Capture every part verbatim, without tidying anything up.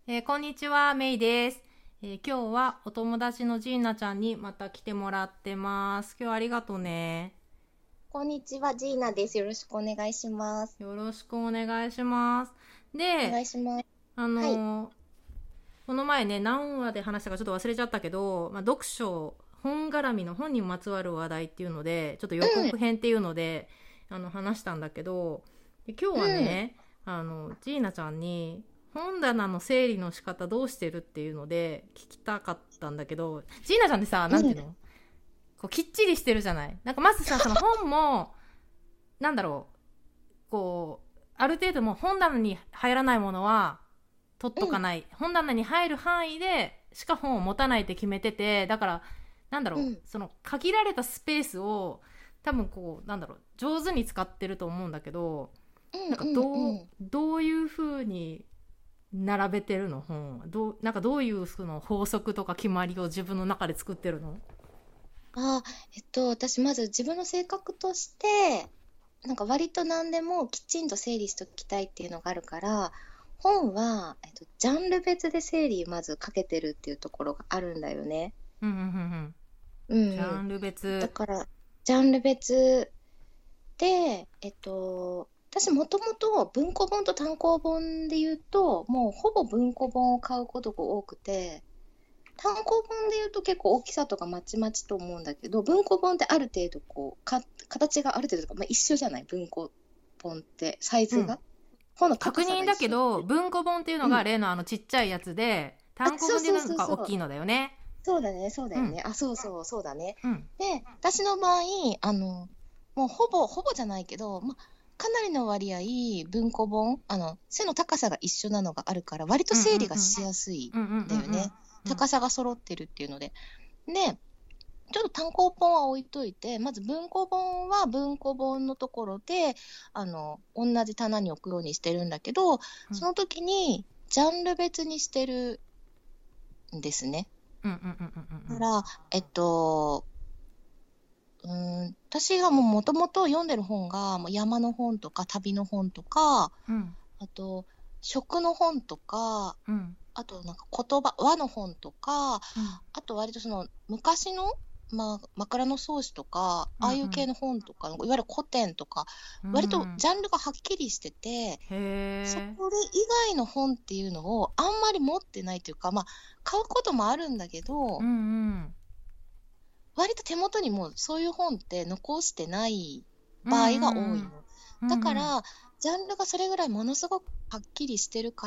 えーこんにちは、メイです。えー今日はお友達のジーナちゃんにまた来てもらってます。今日はありがとうね。 こんにちは、ジーナです。よろしくお願いします。 よろしくお願いします。で、 お願いします。 あはい。 のーこの前ね、何話で話したかちょっと忘れちゃったけど、まあ、読書、本絡みの本にまつわる話題っていうので、ちょっと予うん、 告編っていうので、あの、話したんだけど、で今日はうん。 ね、あの、ジーナちゃんに、本棚の整理の仕方どうしてるっていうので聞きたかったんだけど、ジーナちゃんってさ、なんうん。 ていうの、こうきっちりしてるじゃない。なんかまずさ、その本も、なんだろう、こう、ある程度もう本棚に入らないものは取っとうん。 かない。本棚に入る範囲でしか本を持たないって決めてて、だから、なんだろう、 うん。 その限られたスペースを多分こう、なんだろう、上手に使ってると思うんだけど、 うん。 なんかうん。 どう、 うん。 どういう風に並べてるの本は。どう、なんかどういうその法則とか決まりを自分の中で作ってるの？ あー、えっと、私、まず自分の性格として、なんか割と何でもきちんと整理しときたいっていうのがあるから、本は、えっと、ジャンル別で整理まずかけてるっていうところがあるんだよね。 うんうんうんうん。 うんうん。 ジャンル別。 だから、ジャンル別で、えっと、私もともと文庫本と単行本で言うと、もうほぼ文庫本を買うことが多くて、単行本で言うと結構大きさとかまちまちと思うんだけど、文庫本ってある程度こう、か、形がある程度とか、まあ、一緒じゃない、文庫本ってサイうん。 ズが。本の高さが確認だけ一緒。 ど、文庫本っていうのうん。 が例のあのちっちゃいやつで、 あ、 単行そうそう本っていうのそうそう。 が大きいのだよね。 そうだね、そうだうん。 よね。あ、そうそう、そうだね。 うん。 で、私の場合、あの、もうほぼ、ほぼじゃないけど、ま、かなりの割合、文庫本、あの、背の高さが一緒なのがあるから、割とうんうん整理がうん。 しやすいうんうんんだよね。 うんうん。 高さが揃ってるっていうので。で、ちょっと単行本は置いといて、まず文庫本は文庫本のところで、あの、同じ棚に置くようにしてるんだけど、 うん。 その時に、ジャンル別にしてるんですね。 うんうんうんうんうん。 だから、えっと、うーん、私がもうもともと読んでる本が、もう山の本とか旅の本とか、 うん。 あと、食の本とか、 うん。 あとなんか言葉、和の本とか、 うん。 あと割とその昔の、まあ、枕草子とか、 うんうああいう系ん。 の本とか、いわゆる古典とか、 う割とん。 ジャンルがはっきりしてて、 へえ。 そこで以外の本っていうのをあんまり持ってないというか、まあ、買うこともあるんだけど、 うんうん。 割と手元にもうそういう本って残してないうん場合がうんうん。 多いの。 うんうん。 だから、ジャンルがそれぐらいものすごくはっきりしてるから、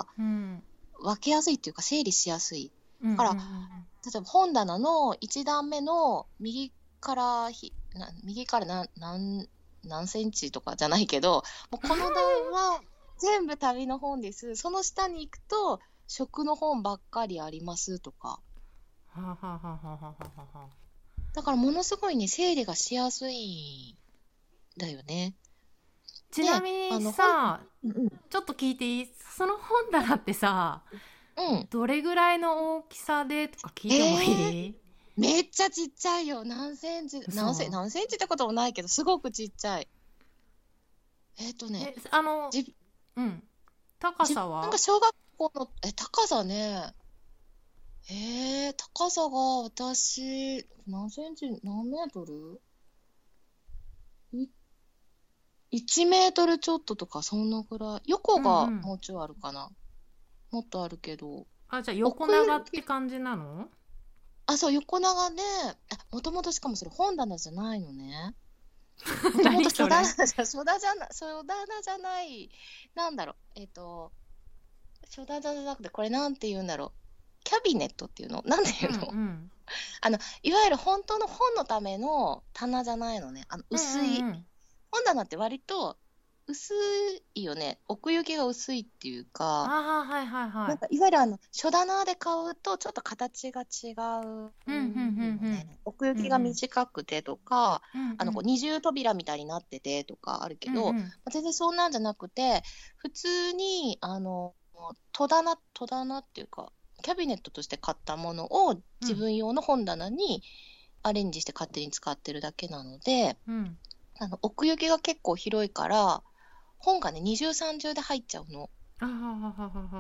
うん。 分けやすいっていうか整理しやすい。 うんうんうだから、 ん。 例えば本棚のいち段目の右からひ、な右から何、何、何センチとかじゃないけど、もうこの段は全部旅の本です。その下に行くと食の本ばっかりありますとか。 はあはあはあはあはあはあはあ。 だからものすごいね、整理がしやすいんだよね。で、 ちなみにあの、本、 さ、 うんうん。 ちょっと聞いていい？その本棚ってさ、 うん。 どれぐらいの大きさでとか聞いてもえー、 いい？ めっちゃちっちゃいよ。何センチ、何セン、 嘘。 何センチってこともないけど、すごくちっちゃい。えっとね、 え、あの、 じ、 うん。高自さは？ 分が小学校の、え、高さね、えー、高さが私、何センチ、何メートルい ?いち メートルちょっととか、そんなぐらい。横うんうがん。 もうちょいあるかな。もっとあるけど、 あ、じゃあ横長って奥行き、 感じなの？ あ、そう、横長で、もともとしかもそれ本棚じゃないのね。もともと書棚何それ？ じゃ、書棚じゃな、書棚じゃない、なんだろう、えっと、書棚じゃなくて、これなんて言うんだろう。キャビネットっていうのなんてうんう言うの？ ん。 あの、いわゆる本当の本のための棚じゃないのね。あの、 うん薄い。 うんうん。 本棚って割と薄いよね。奥行きが薄いっていうか、 ああ、はいはいはい。 なんかいわゆるあの、書棚で買うとちょっと形が違ううんうんうんよね。奥行きがうん。うんうん。 短くてとか、あの、こううんうん。 二重扉みたいになっててとかあるけど、まうんうん。 あ全然そんなんじゃなくて、普通に、あの、戸棚、戸棚っていうか、キャビネットとして買ったものをうん。 自分用の本棚にアレンジして勝手に使ってるだけなので、 うん。 あの、奥行きが結構広いから、本がね、二重三重で入っちゃうの。 あははははは。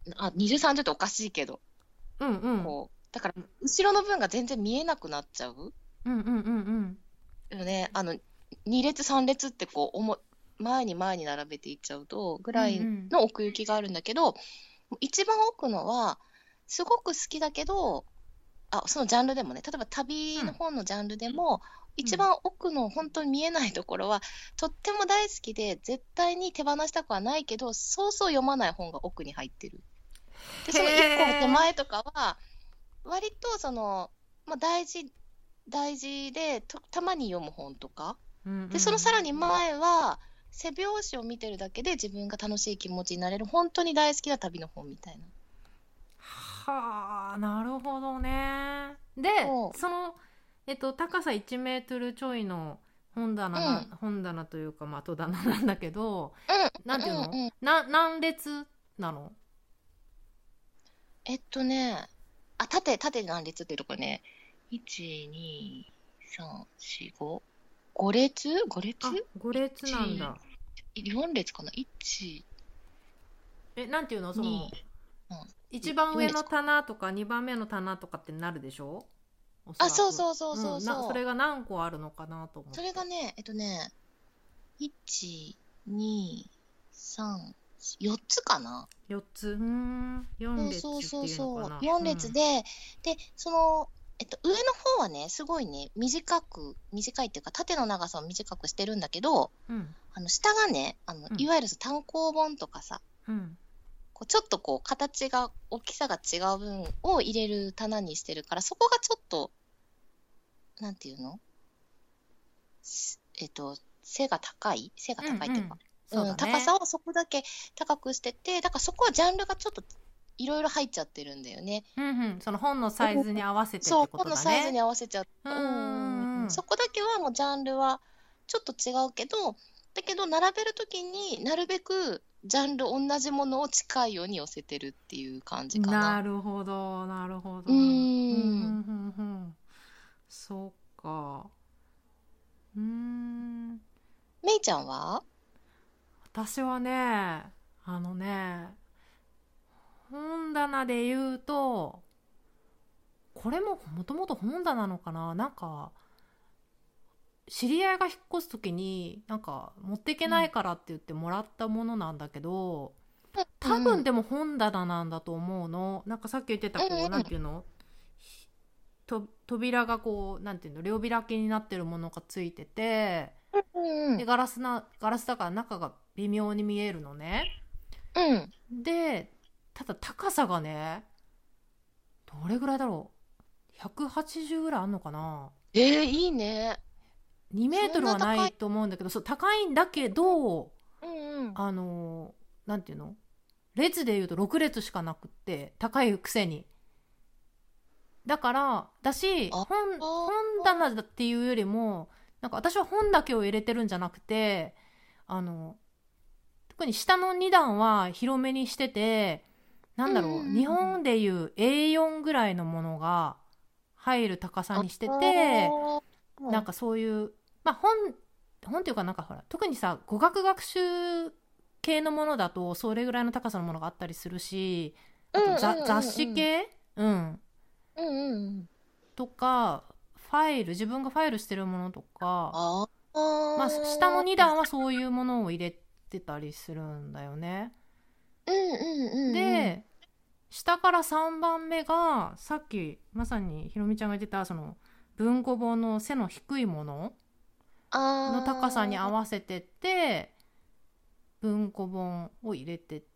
あ、にじゅう、さんじゅうっておかしいけど、 うんうんこう、だから、後ろの分が全然見えなくなっちゃううんうんうんよね。あの、に列、さん列ってこう、おも前に前に並べていっちゃうと、ぐうんうらいんの奥行きがあるんだけど、一番奥のは、すごく好きだけど、あ、そのジャンルでもね、例えば旅の本のジャンルでも、一番奥の本当に見えないところは、とっても大好きで、絶対に手放したくはないけど、そうそう読まない本が奥に入ってる。で、その一個手前とかは、割とその、まあ、大事、大事でと、たまに読む本とか。 うんうんで、そのさらに前は、背表紙を見てるだけで自分が楽しい気持ちになれる、本当に大好きな旅の本みたいな。 はあ、なるほどね。で、 そうその、えっと、高さいちメートルちょいの本棚な、 うん本棚というか、まあ、戸棚なんだけど、 うん、 なんていうの、 うんうん。 な、何列なの？ えっとね、あ、縦、縦何列っていうところね、いち、に、さん、よん、ご、ご列 ?ご 列あ、ご列なんだ。 よん列かな？ いち、 え、なんていうのその、 に、うん、 一番上のよん列か。 棚とかにばんめの棚とかってなるでしょ？おそあ、 らく。 そうそうそうそううん、な、 そう。 それが何個あるのかなと思って。 それがね、えっとね、いち、に、さん、よっつかな。 よっつ。うーん、4列そうそうっていうのそうそう。 かな。 よん列で、で、その、えっと、上の方はね、すごいね、短く、短いっていうか、縦の長さを短くしてるんだけど、 うん、うん、 あの、下がね、あの、 うんいわゆる単行本とかさ、 うん。 こうちょっとこう、形が、大きさが違う分を入れる棚にしてるから、そこがちょっと、なんていうのすえっと、背が高い背が高いっていうか、 うんうん、そうだね。 高さをそこだけ高くしてて、だからそこはジャンルがちょっといろいろ入っちゃってるんだよね。 うんうん、その本のサイズに合わせてってそう、 ことだね。 本のサイズに合わせちゃって、 ううんんうんそこだけはもうジャンルはちょっと違うけど、だけど並べるときになるべくジャンル同じものを近いように寄せてるっていう感じかな。 なるほど、なるほど。 うーん。 うんうんうんうん。そっか。うーん。 めいちゃんは私はね、あのね、本棚で言うと、これももともと本棚なのかな、なんか、知り合いが引っ越す時に、なんか、持っていけないからって言ってもらったものなんだけど、多分でも本棚なんだと思うの。なんかさっき言ってたこう、 うんうんなんていうのと扉がこう、なんていうの両開きになってるものがついてて、 うんうんでガラスなガラスだから中が微妙に見えるのね。 うんでただ高さがね、どれぐらいだろう、ひゃくはちじゅうぐらいあんのかな。 えー、いいね。 にメートルはないと思うんだけど、そう高いんだけど、 うんうん。 あのなんていうの列でいうとろく列しかなくって、高いくせに。だからだし、 あ本本棚だっていうよりも、なんか私は本だけを入れてるんじゃなくて、あの特に下のに段は広めにしてて、なんだろう、 うんうんうん日本でいう エーよん ぐらいのものが入る高さにしてて、なんかそういう、まあ本本っていうか、なんかほら、特にさ語学学習系のものだとそれぐらいの高さのものがあったりするし、あとざ、 うんうんうんうん雑誌系、うんうんうんうんとか、ファイル自分がファイルしてるものとか、 あまあ下のに段はそういうものを入れてたりするんだよね。 うんうんうんで下からさんばんめがさっきまさにひろみちゃんが言ってた、その文庫本の背の低いものの高さに合わせてって文庫本を入れてって、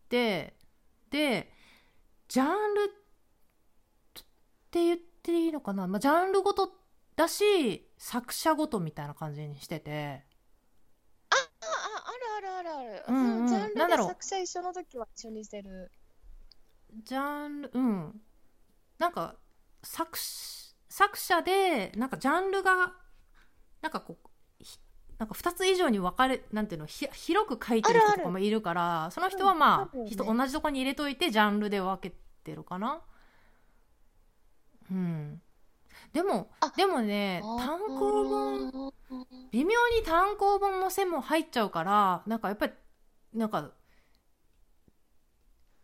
でジャンルって言っていいのかな、まあ、ジャンルごとだし作者ごとみたいな感じにしてて、 あああるあるあるある、 うんうんジャンルなんだろうで作者一緒の時は一緒にしてる。 ジャンルうんなんか 作, 作者でなんかジャンルがなんかこうなんかふたつ以上に分かれ、なんていうの、ひ広く書いてる人とかもいるから、その人はまあ、 うん、 人同じとこに入れといてジャンルで分けてるかな。うんでもでもね、単行本微妙に単行本の線も入っちゃうから、なんかやっぱりなんか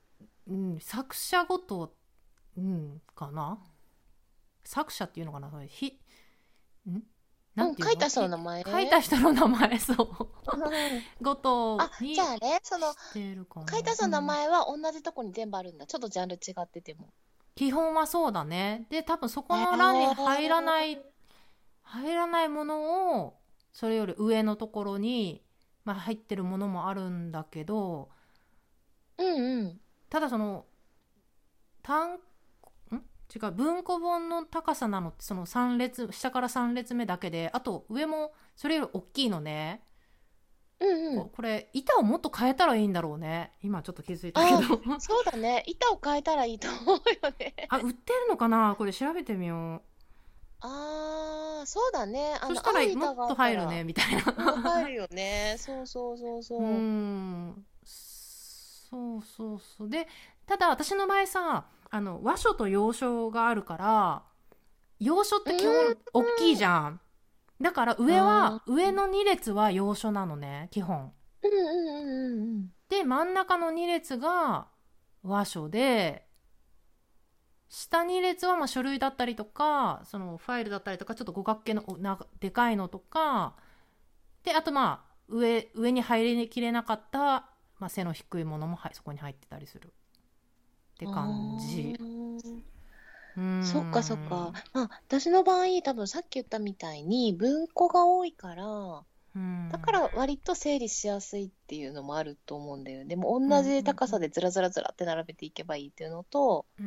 うん、作者ごと、うん、かな、作者っていうのかな、それひんなうん、 んていう書いた人ののひ名前。 書いた人の名前、そううんごとあ、じゃにあね、その、 してるかな。 書いた人うん、 の名前は同じとこに全部あるんだ。ちょっとジャンル違ってても。 基本はそうだね。で多分そこへの欄に入らなーい入らないものをそれより上のところに、まあ、入ってるものもあるんだけど、 うんうん。 ただその単ん違う文庫本の高さなのってそのさん列下からさん列目だけで、あと上もそれより大きいのね。 うんうん。 ここれ板をもっと変えたらいいんだろうね、今ちょっと気づいたけあ、 どそうだね。板を変えたらいいと思うよね。 あ、売ってるのかな、これ調べてみよう。 ああ、そうだね。あの、 そしたら青い板があもっとったら、 入るねみたいうん、 な入るよね。そうそうそううーそう。 ん、そうそうそうで、ただ私の場合さ、あの和書と洋書があるから、洋書っうーて基本ん。 大きいじゃん。だから上はあー上のに列は洋書なのね、基本うんうんうんうんで。真ん中のに列が和書で、下に列はまあ書類だったりとか、そのファイルだったりとか、ちょっと五角形のなでかいのとかで、あとまあ上上に入りきれなかった、まあ、背の低いものもそこに入ってたりするってうん。 感じ。 あーうーそっかそっか。 ん。 まあ、私の場合、多分さっき言ったみたいに文庫が多いから、 うん。 だから割と整理しやすいっていうのもあると思うんだよ。でもうんう同じん高さでずらずらずらって並べていけばいいっていうのと、 うん。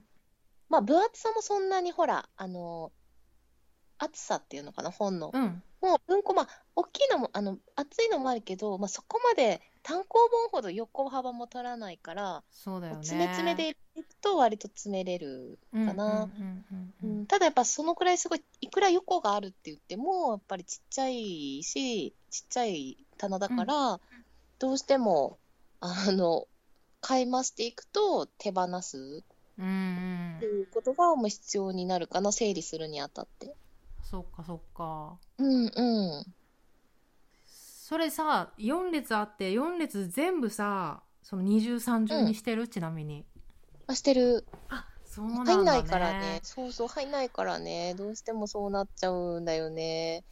まあ分厚さもそんなにほら、あの、厚さっていうのかな、本の。 うん。 もう文庫、まあ、大きいのも、あの、厚いのもあるけど、まあそこまで単行本ほど横幅も取らないから、 そうだよもう詰め詰めね。 でいくと割と詰めれるうんうんうんかな。 うんうん。 うん、ただやっぱそのくらいすごい、いくら横があるって言っても、やっぱりちっちゃいし、ちっちゃい棚だうんから、どうしても、あの、買い増していくと手放すうんうん。 っていうことがもう必要になるかな、整理するにあたって。 そっかそっか。 うんうん。 それさ、よん列あってよん列全部さ、その二重三重うん。 にしてる、ちなみに。 あ、してる。 あ、そうなんだ入んないからね。 ね。 そうそう、入んないからね。どうしてもそうなっちゃうんだよね。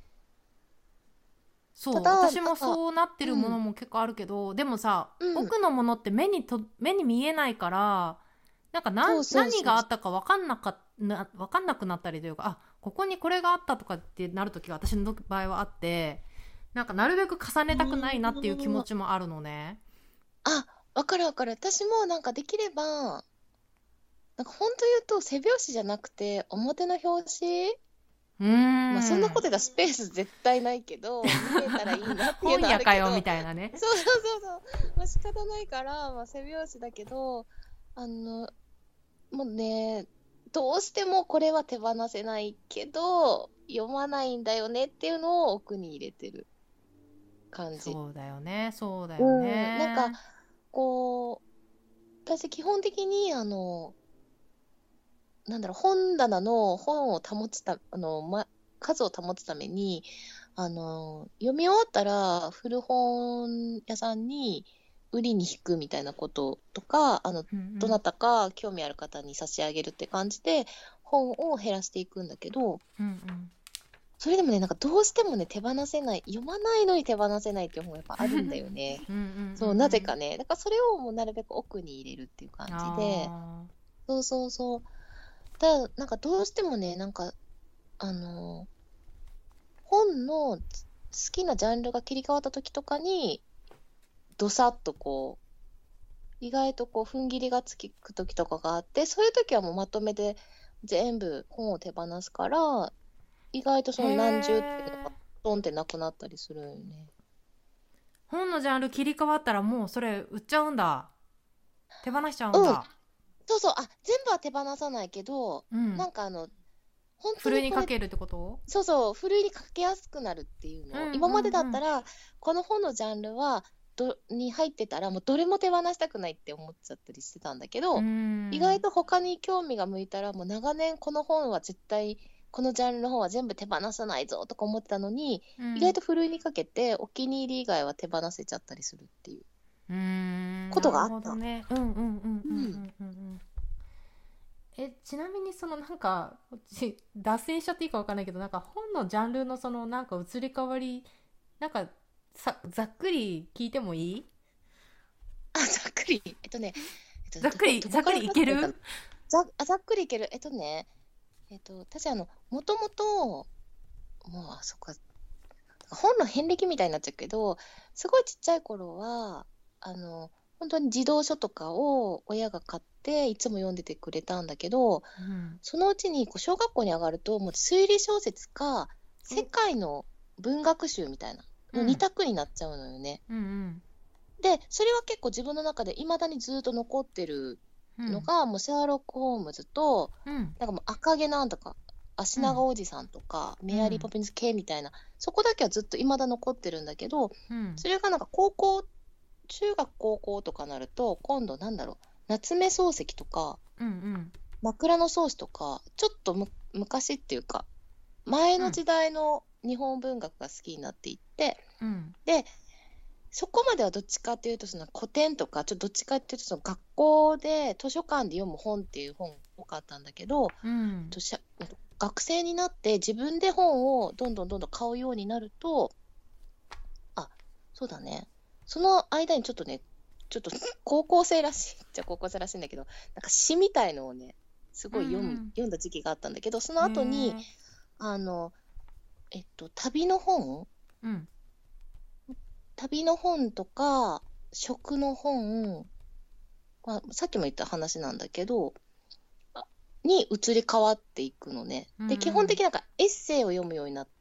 たそう、 だ、なん私もか、 そうなってるものうん、 も結構あるけど、でもさ、 うん。 奥のものって目にと目に見えないから、なんか何そうそうそう。 何があったか分かんなかな分かんなくなったりというか、あ、ここにこれがあったとかってなる時が私の場合はあって、なんかなるべく重ねたくないなっていう気持あちもあるのね。 あ、わかるわかる。私もなんかできれば、なんか本当言うと背表紙じゃなくて表の表紙、 うーまあそんなん。 こと言ったらスペース絶対ないけど、見えたらいいなっていうのはあ本屋かよみるけど、 たいなね。 そうそうそうそう、まあ仕方ないから、まあ背表紙だけど、あの、もうね、どうしてもこれは手放せないけど、読まないんだよねっていうのを奥に入れてる感じ。 そうだよね、そうだうよん、なんか、 ね。 こう、私基本的に、あの、なんだろう、本棚の本を保つた、あの、ま、数を保つために、あの、読み終わったら古本屋さんに売りに引くみたいなこととか、あの、 うんどなたか興味ある方に差し上げるって感じで本を減らしていくんだけど、 うんうんそれでもね、なんかどうしてもね、手放せない、読まないのに手放せないっていう本がやっぱあるんだよね。 うんうんうんそう、 うんうん。 なぜかね。だからそれをもうなるべく奥に入れるっていう感じで、 あそうそうそう。ただ、なんかどうしてもね、なんか、あの、本の好きなジャンルが切り替わった時とかに、どさっとこう、意外とこう、踏ん切りがつく時とかがあって、そういう時はもうまとめて全部本を手放すから、意外とー、へその何十っていうのが、 え。 ドンってなくなったりするよね。 本のジャンル切り替わったらもうそれ売っちゃうんだ。手放しちゃうんうん、 だ。 そうそう、あ、全部は手放さないけど、 うん。 なんかあの、本ふ当にこれ、 るいにかけるってこと？ そうそう、ふるいにかけやすくなるっていううんうの。今までだっんうん。 たら、この本のジャンルは、ど、に入ってたら、もうどれも手放したくないって思っちゃったりしてたんだけうーど、意外ん。 と他に興味が向いたら、もう長年この本は絶対、このジャンルの本は全部手放さないぞとか思ってたのに、意外うん。 とふるいにかけて、お気に入り以外は手放せちゃったりするっていう。 うーん、 ことなるがあった。 ほどね。うんうんうんうんうんうん。 うんうん。え、ちなみにそのなんか、ち脱線しちゃっていいかわかんないけど、なんか本のジャンルのそのなんか移り変わり、なんかさ、ざっくり聞いてもいい？ あ、ざっくり。えっとね、えっと、 ざっくり、 どこ、どこからざっくりい話せばいいかな。 ける？ ざ、あ、ざっくりいける。えっとね、えっと、私、あの、もともと、もう、あ、そっか、本の遍歴みたいになっちゃうけど、すごいちっちゃい頃は、あの、本当に児童書とかを親が買って、いつも読んでてくれたんだけど、 うん。 そのうちにこう小学校に上がると、もう推理小説か、世お、 界の文学集みたいなの二うん。 択になっちゃうのよね。 うんうん。 で、それは結構自分の中で未だにずっと残ってるうん。 のが、もうシャーロック・ホームズと、 うん。 なんかもう赤毛なんとか、足うん。 長おじさんとか、メアリー・ポうん。 ピンズ系みたいな、そこだけはずっと未だ残ってるんだけど、 うん。 それがなんか高校、中学高校とかなると、今度なんだろう、夏目漱石とか、 うん。 枕草子とか、ちょっとむ昔っていうか、前うん。 の時代の日本文学が好きになっていって、 うん。 で、そこまではどっちかっていうと、その古典とか、ちょっとどっちかっていうと、その学校で図書館で読む本っていう本が多かったんだけど、 うん。 としゃ学生になって自分で本をどんどんどんどん買うようになると、あ、そうだね。その間にちょっとね、ちょっと高校生らしいっちゃ高校生らしいんだけど、なんか詩みたいのをね、すうごい読む、 ん。 読んだ時期があったんだけど、そのへ後に、 え。 あの、えっと、旅の本うん。 旅の本とか、食の本、まあ、さっきも言った話なんだけど、あに移り変わっていくのね。 うんうで、基本的ん。 になんかエッセイを読むようになって、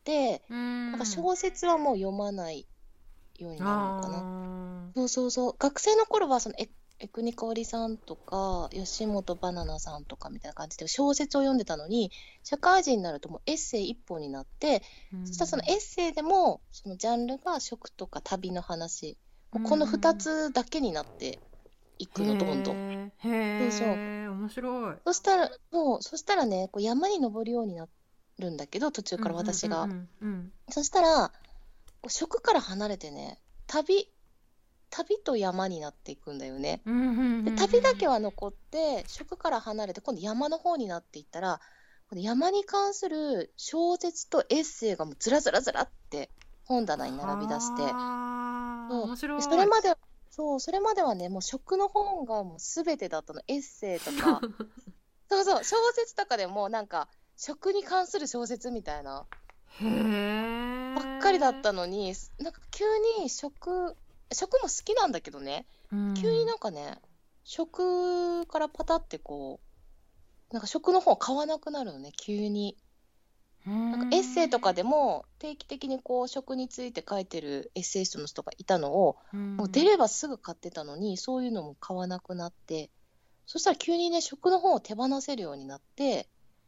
うなんかん。 小説はもう読まないようになるのかな。 あそうそうそう。学生の頃はそのエエクニカオリさんとか、吉本バナナさんとかみたいな感じで小説を読んでたのに、社会人になるともうエッセイ一本になって、 ー。うそしたらそのん。 エッセイでも、そのジャンルが食とか旅の話、 うん。うもうこの二ん。 つだけになっていへくの、どんどん。 え。へそうそう。 え。面白い。 そしたら、もう、そしたらね、こう山に登るようになるんだけど、途中からうんうん私が。 うんうんうん。 そしたら、こう食から離れてね、旅、旅と山になっていくんだよね。 うんうんうんうで、旅だけん。 は残って、食から離れて、今度山の方になっていったら、この山に関する小説とエッセイがもうずらずらずらって本棚に並び出して、 はあ、 そう。 面で、それ白い。 まで、そう、それまではね、もう食の本がもう全てだったの。エッセイとか、そうそう、小説とかでもなんか、食に関する小説みたいなへばっかりだっえ。 たのに、なんか急に食、食も好きなんだけどね、 う急にん。 なんかね、食からパタってこう、なんか食の本を買わなくなるのね、急に。 うーなんかエッセイとかん。 でも定期的にこう食について書いてるエッセイストの人がいたのを、 うもう出ん。 ればすぐ買ってたのに、そういうのも買わなくなって、そしたら急にね、食の本を手放せるようになって、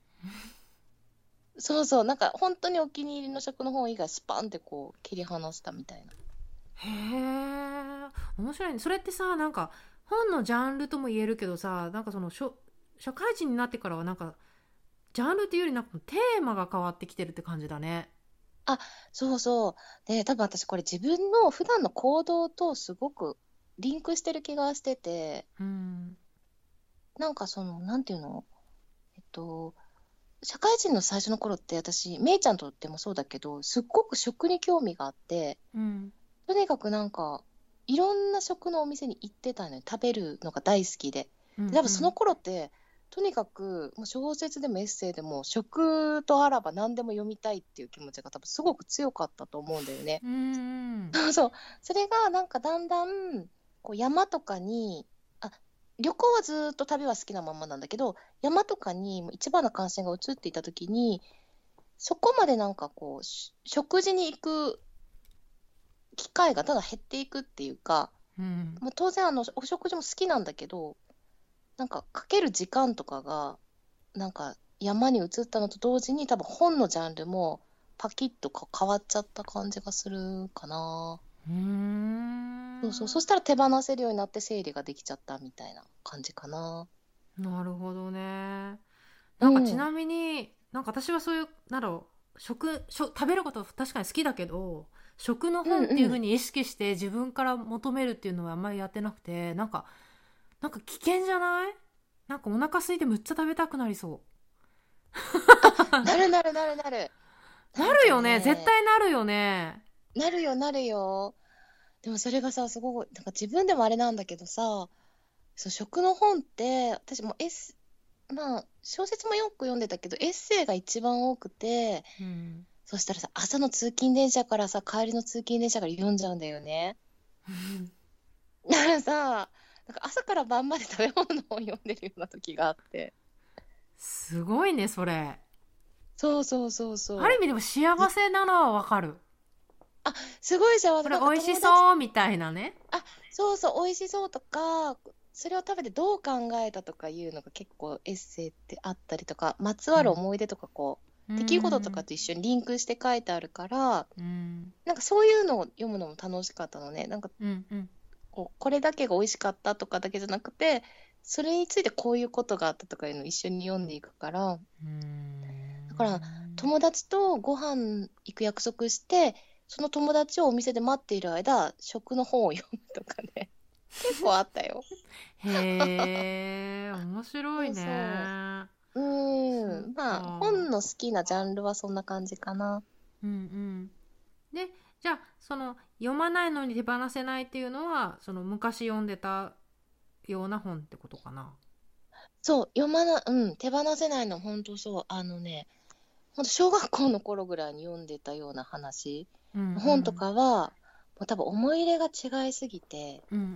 そうそう、なんか本当にお気に入りの食の本以外スパンってこう切り離したみたいな。 へえ。面白いね。それってさ、なんか本のジャンルとも言えるけどさ、なんかそのしょ社会人になってからはなんかジャンルっていうよりなんかテーマが変わってきてるって感じだね。 あ、そうそう。で、多分私これ自分の普段の行動とすごくリンクしてる気がしてて、 うん。 なんかその、なんていうのえっと、社会人の最初の頃って私、めいちゃんとってもそうだけど、すっごく食に興味があって、 うん。 とにかくなんか、いろんな食のお店に行ってたのよ。食べるのが大好きで。 うんうで、多分そのん。 頃って、とにかく、もう小説でもエッセイでも、食とあらば何でも読みたいっていう気持ちが多分すごく強かったと思うんだよね。 うん。 そうそう。それがなんかだんだん、こう山とかに、あ、旅行はずっと旅は好きなまんまなんだけど、山とかに一番の関心が移っていた時に、そこまでなんかこう、し食事に行く機会がただ減っていくっていうか、 うん。 もう当然あの、お食事も好きなんだけど、なんかかける時間とかが、なんか山に移ったのと同時に多分本のジャンルもパキッとか変わっちゃった感じがするかな。 うーそうそう。そん。 したら手放せるようになって整理ができちゃったみたいな感じかな。 なるほどね。 うん。 なんかちなみに、なんか私はそういう、なんだろう、食、食、食べること確かに好きだけど、 食の本っていう風に意識して自分から求めるっていうのはあんまりやってなくて、なんかなんか危険じゃない？なんかお腹空いてむっちゃ食べたくなりそう。 なるなるなるなる。 なるよね、 なんかね絶対なるよね。 なるよなるよ。でもそれがさ、すごい、なんか自分でもあれなんだけどさ、そう、食の本って、私もエッセ、まあ、小説もよく読んでたけど、エッセイが一番多くて、 うん。 そしたらさ、朝の通勤電車からさ、帰りの通勤電車から読んじゃうんだよね。だからさ、なんか朝から晩まで食べ物の本読んでるような時があって。 すごいねそれ。 そうそうそうそう。 ある意味でも幸せなのはわかる。 あ、すごい幸せ。 これなんか美味し友達、 そうみたいなね。 あ、そうそう、美味しそうとか、それを食べてどう考えたとかいうのが結構エッセイってあったりとか、まつわる思い出とかこう、 うん、 出来事とかと一緒にリンクして書いてあるから、 うん、 なんかそういうのを読むのも楽しかったのね。なんかうんうんこう、これだけが美味しかったとかだけじゃなくて、それについてこういうことがあったとかいうのを一緒に読んでいくから、 うーん。 だから友達とご飯行く約束して、その友達をお店で待っている間、食の本を読むとかね、結構あったよ。 へえ、面白いね。 うーん、まあ、本の好きなジャンルはそんな感じかな。 うんうん。で、じゃあその読まないのに手放せないっていうのはその昔読んでたような本ってことかな。 そう、読まな、うん、手放せないの、本当そう。あのね、本当小学校の頃ぐらいに読んでたような話、 うんうん、 本とかは、もう多分思い入れが違いすぎて、 うんうんうんうん、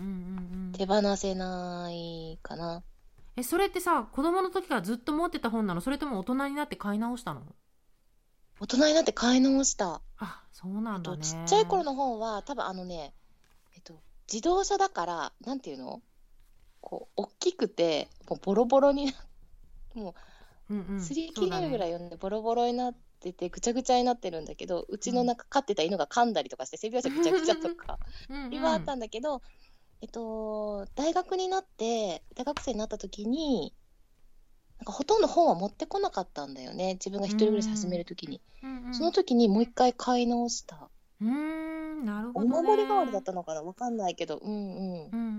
手放せないかな。 え、それってさ、子供の時からずっと持ってた本なの？それとも大人になって買い直したの？ 大人になって買い直した。 あ、そうなえっと、 んだね。 ちっちゃい頃の本は、多分あのね、えっと、自動車だから、なんていうのこう、大きくて、もうボロボロにな、もうんうう、 ん、 擦りそうだね。 切れるぐらい読んで、ボロボロになってて、ぐちゃぐちゃになってるんだけど、うちの中飼ってた犬が噛んだりとかして、背拍子ぐちゃぐちゃとか、 うんうん、 いろいろあったんだけど、えっと、大学になって、大学生になった時に、なんかほとんど本は持ってこなかったんだよね。自分が一人暮らし始める時に。 うんうん、 その時にもう一回買い直した。 うーん、なるほおどね。 守り代わりだったのかなわかんないけど。うんうん。 うんうん。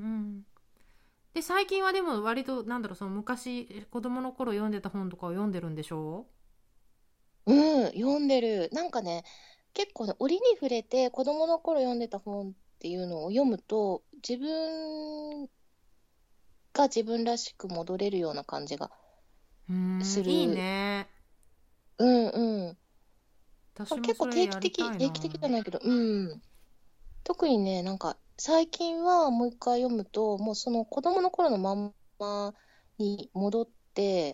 で、最近はでも割となんだろう、その昔子供の頃読んでた本とかを読んでるんでしょ？ うん、読んでる。なんかね、結構ね、折に触れて子供の頃読んでた本っていうのを読むと、自分が自分らしく戻れるような感じがうーん、 する。 いいね。 うんうん。 私も結構それ定期的、 やりたいな。 定期的じゃないけど、うん。特にね、なんか最近はもう一回読むと、もうその子供の頃のまんまに戻って、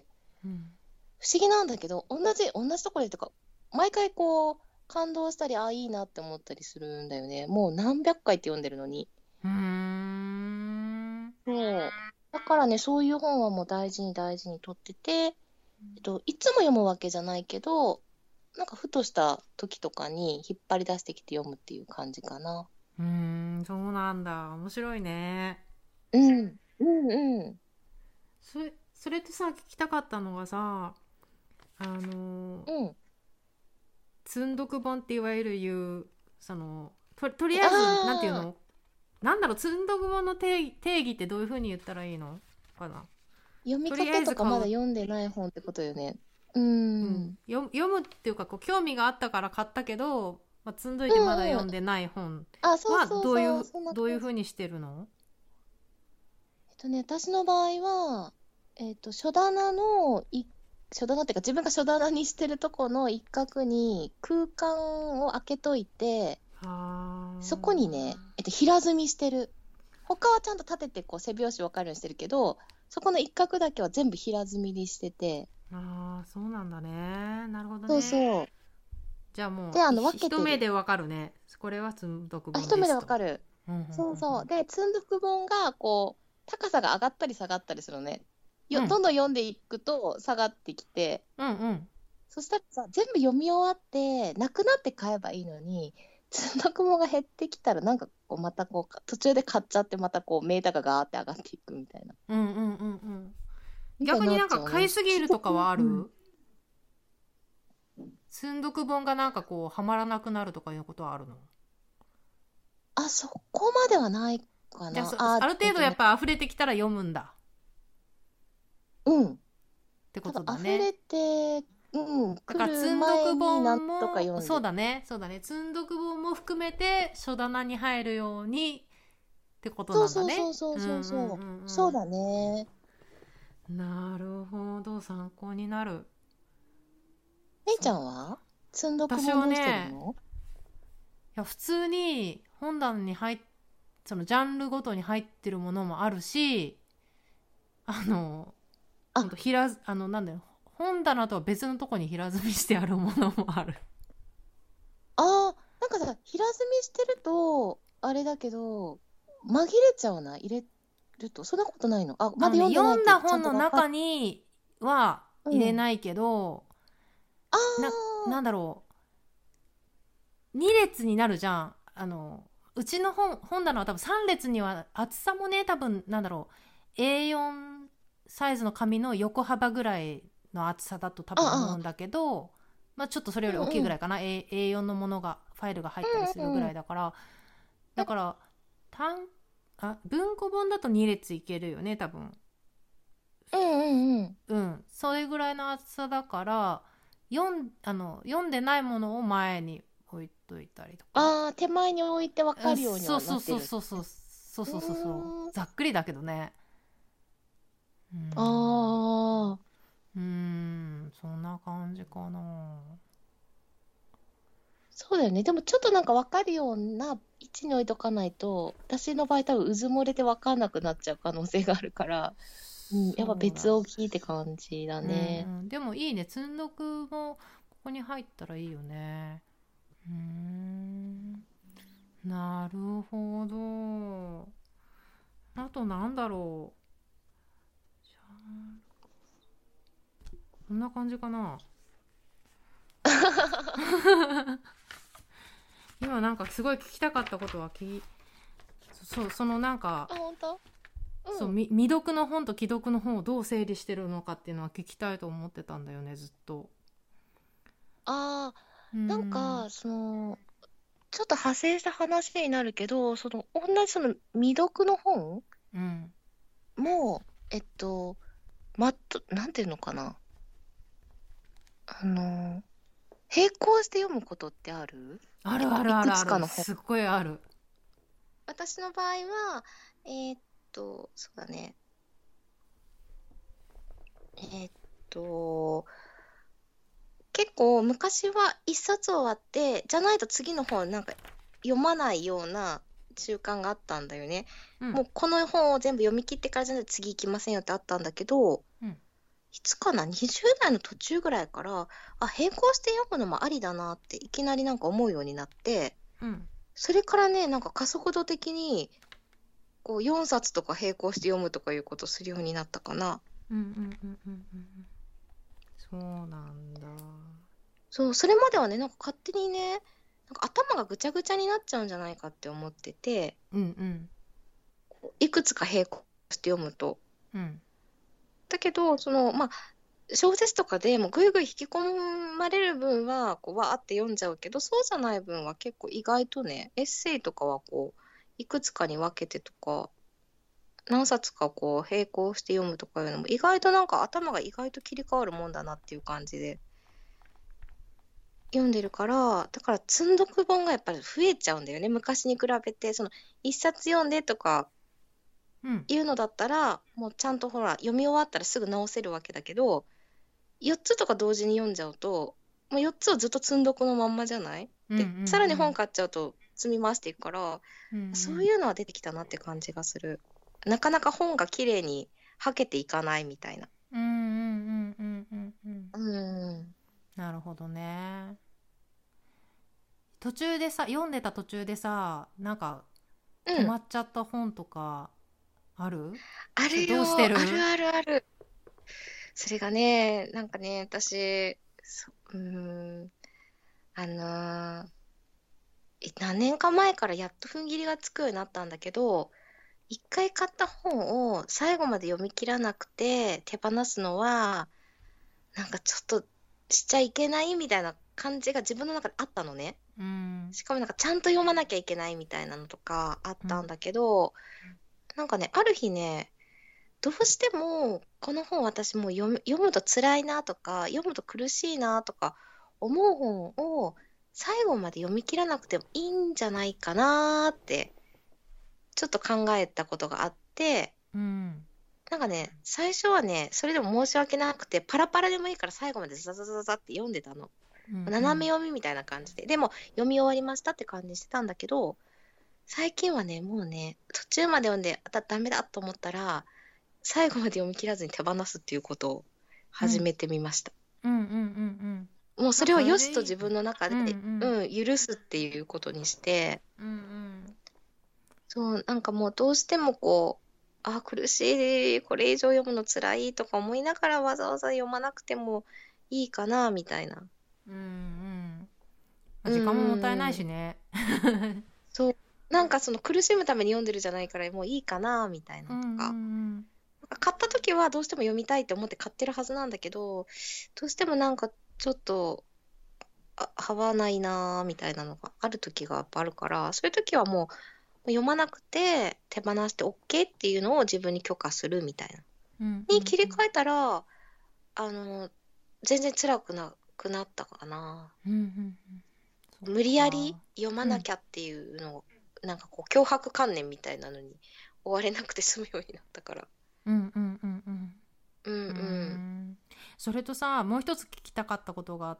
うん、 不思議なんだけど、同じ、同じところでとか、毎回こう、感動したり、ああ、いいなって思ったりするんだよね。もう何百回って読んでるのに。 うーん。 そう。だからね、そういう本はもう大事に大事に取ってて、えっと、いつも読むわけじゃないけど、なんかふとした時とかに引っ張り出してきて読むっていう感じかな。 うーん、そうなんだ。面白いね。 うん、うんうん。 それ、それってさ、聞きたかったのがさ、あの、 うん。 積読本っていわゆる言う、その、と、とりあえず、なんていうああ、 の、なんだろう、積読本の定義、定義ってどういうふうに言ったらいいのかな。 読みとりあかけとかえず買う。 まだ読んでない本ってことよね。ううん、 ん。 読読むっていうかこう興味があったから買ったけど、まあ、積んどいてまだうんうん。 読んでない本あ、そうはそうそう、 どういうそんなどういう感じ。 風にしてるの？ えっとね、私の場合は、えっと、書棚のい、書棚っていうか自分が書棚にしてるとこの一角に空間を空けといて、 はそこにね、えっと、平積みしてる。他はちゃんと立ててこう背拍子分かるようにしてるけど、そこの一角だけは全部平積みにしてて、 ああー、そうなんだね。なるほどそうね。 そう。 じゃあもうで、あの、 ひ分けてる。 一目でわかるね。これは積読あ、一目で本ですと。 分かる。 うんうんそうそう。で、積んどく本が、こう、高さが上がったり下がったりするのね。よ、 うんどんどん読んでいくと下がってきて、 うんうんそしたらさ、全部読み終わって、なくなって買えばいいのに、積んどく本が減ってきたら、なんかこう、またこう、途中で買っちゃって、またこう、メーターがガーって上がっていくみたいな。 うんうんうんうん。 みたいに逆になんなっちゃうね。 か買いすぎるとかはあうん。 る？積読本がなんかこうはまらなくなるとかいうことはあるの？ あ、そこまではないかじゃあ、 な。 そあ、 ある程度やっえっとね、 ぱ溢れてきたら読むんだうん。 ってこ多分とだね。 溢れて、うん、 だから来る積んどく前になん本とかもそう読んでる。 だね、そうだね、積んどく本も含めて書棚に入るようにってことそうなんだね。 そうそうそううんうんそうそう。そううんだね。 うん。なるほど、参考になる。 めいちそう。 ゃんは積んどく私本どうしてるはね、 の？ いや普通に本棚に入っそのジャンルごとに入ってるものもあるし、あのほんとあ、 平ずあのなんだよ、本棚とは別のとこに平積みしてあるものもある。 あー、なんかさ、平積みしてると、あれだけど、紛れちゃうな、入れると。そんなことないの？あ、まだあのね、 読んでないってちゃ読んだ本んとわかる。 の中にはうん。 入れないけど、 あな、 ー、 なんだろう、に列になるじゃん。あの、うちの本、本棚は多分さん列には、厚さもね、多分、なんだろう、エーよん サイズの紙の横幅ぐらいの厚さだと多分思あ、あ、 うんだけど、まあちょっとそれより大きいうんうん。 ぐらいかな。A- エーよん のものが、ファイルが入ったりするぐうんうん。 らいだから、だから、単、あ、文庫本だとに列いけるよね、多分。 うんうんうん。 うん、それぐらいの厚さだから読ん、あの読んでないものを前に置いといたりとか、 ああ、手前に置いてわかあ、 るようにそうそうはなってそうそうそうるんですね。 そううそうそうそう、 ーん。 ざっくりだけどね。うーんああ、 うーんそんな感じかな。 そうだよね。でもちょっとなんかわかるような位置に置いとかないと、私の場合多分うず漏れてわかんなくなっちゃう可能性があるから、うん、やっぱそうだ。 別置きって感じだうんね。 うん、でもいいね、積んどくもここに入ったらいいよね。うーんなるほど。あとなんだろう、じゃあこんな感じかな。今なんかすごい聞きたかったことは聞いそうそのなんかあ、本当？うん。 そうみ未読の本と既読の本をどう整理してるのかっていうのは聞きたいと思ってたんだよね、ずっと。 ああ、 うーなんんか、その、ちょっと派生した話になるけど、その、同じその未読の本うんも、えっと、まっと、なんていうのかな。あの、並行して読むことってある？ あるあるいくあるあつかの本。 る、すっごいある。 私の場合は、えーっと、そうだね。えーっと、結構昔は一冊終わって、じゃないと次の本なんか読まないような習慣があったんだよね。 うんもうこの本を全部読み切ってからじゃないと次行きませんよってあったんだけど、 うんいつかな、にじゅう代の途中ぐらいから、あ、並行して読むのもありだなっていきなりなんか思うようになって、 うんそれからね、なんか加速度的にこうよんさつとか並行して読むとかいうことをするようになったかな。 うんうんうんうんうん、そうなんだ。 そう、それまではね、なんか勝手にね、なんか頭がぐちゃぐちゃになっちゃうんじゃないかって思ってて、 うんうんいくつか並行して読むと。 うんだけど、その、まあ、小説とかでもうぐいぐい引き込まれる分は、こう、わーって読んじゃうけど、そうじゃない分は結構意外とね、エッセイとかはこう、いくつかに分けてとか、何冊かこう、並行して読むとかいうのも、意外となんか頭が意外と切り替わるもんだなっていう感じで読んでるから、だから積んどく本がやっぱり増えちゃうんだよね。昔に比べて、その、一冊読んでとかうんいうのだったら、もうちゃんとほら、読み終わったらすぐ直せるわけだけど、よっつとか同時に読んじゃうと、もうよっつをずっと積んどくのまんまじゃない？ うんうで、さらに本ん買っちゃうと積み回していくから、 うんうんそういうのは出てきたなって感じがする。なかなか本が綺麗にはけていかないみたいな。 うんうんうんうんうんうん、 うん。 なるほどね。途中でさ、読んでた途中でさ、なんか止うん。 まっちゃった本とかある？それあるよ。 どうしてあるる？ あるある。それがね、なんかね、私、そうーん、あのーえ何年か前からやっと踏ん切りがつくようになったんだけど、一回買った本を最後まで読み切らなくて手放すのは、なんかちょっとしちゃいけないみたいな感じが自分の中であったのね。 うんしかもなんかちゃんと読まなきゃいけないみたいなのとかあっうんたんだけど、なんかね、ある日ね、どうしてもこの本私もう読む、読むと辛いなとか、読むと苦しいなとか思う本を最後まで読み切らなくてもいいんじゃないかなってちょっと考えたことがあって、 うんなんかね、最初はね、それでも申し訳なくて、パラパラでもいいから最後までザザザザザって読んでたの。 うん斜め読みみたいな感じで。でも、読み終わりましたって感じにしてたんだけど、最近はね、もうね、途中まで読んで、あだ、ダメだと思ったら、最後まで読み切らずに手放すっていうことを始めてみました。 うんうんうんうんもうそまあそれれをよしでいいよ。 と自分の中うんうで、 んうん、許すっていうことにして、 うんうんそう、なんかもうどうしてもこう、あー、苦しい、これ以上読むの辛いとか思いながらわざわざ読まなくてもいいかな、みたいな。 うんうんまあうん時間ももったいなうんうん。 いしね。 そう。なんかその苦しむために読んでるじゃないからもういいかな、みたいなうんうのとか。 んなんか買った時はどうしても読みたいって思って買ってるはずなんだけど、どうしてもなんかちょっと、あ、合わないなーみたいなのがある時がやっぱあるから、そういう時はもう読まなくて手放して OK っていうのを自分に許可するみたいな。 うんうにんうん切り替えたら、あの、全然辛くなくなったかな。 うんうんうんそっ無理やりか。 読まうんなきゃっていうのを、なんかこう、強迫観念みたいなのに追われなくて済むようになったから。 うんうんうんうんうんううーん。 んそれとさ、もう一つ聞きたかったことがあって、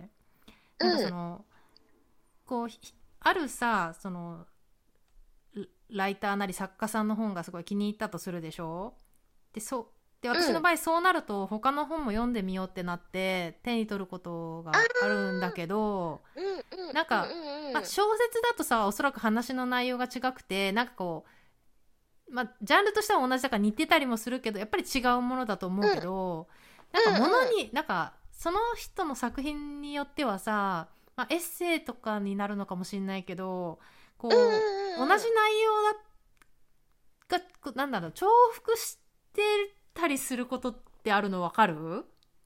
なんかうん。 そのこうひあるさ、そのラライターなり作家さんの本がすごい気に入ったとするでしょ。でそうで私うん。 の場合そうなると他の本も読んでみようってなって手に取ることあがあるんだあ、 けど、 うんうんなんか、 うんうんまあ、 うん。 小説だとさおそらく話の内容が違くてなんかこう、まあ、ジャンルとしては同じだから似てたりもするけどやっぱり違うものだと思ううんけど、なんか物うんうん。 になんかその人の作品によってはさ、まあ、エッセイとかになるのかもしれないけどうんこう同じうんうんうん。 内容がなんだろう重複してたりすることってあるの分かる？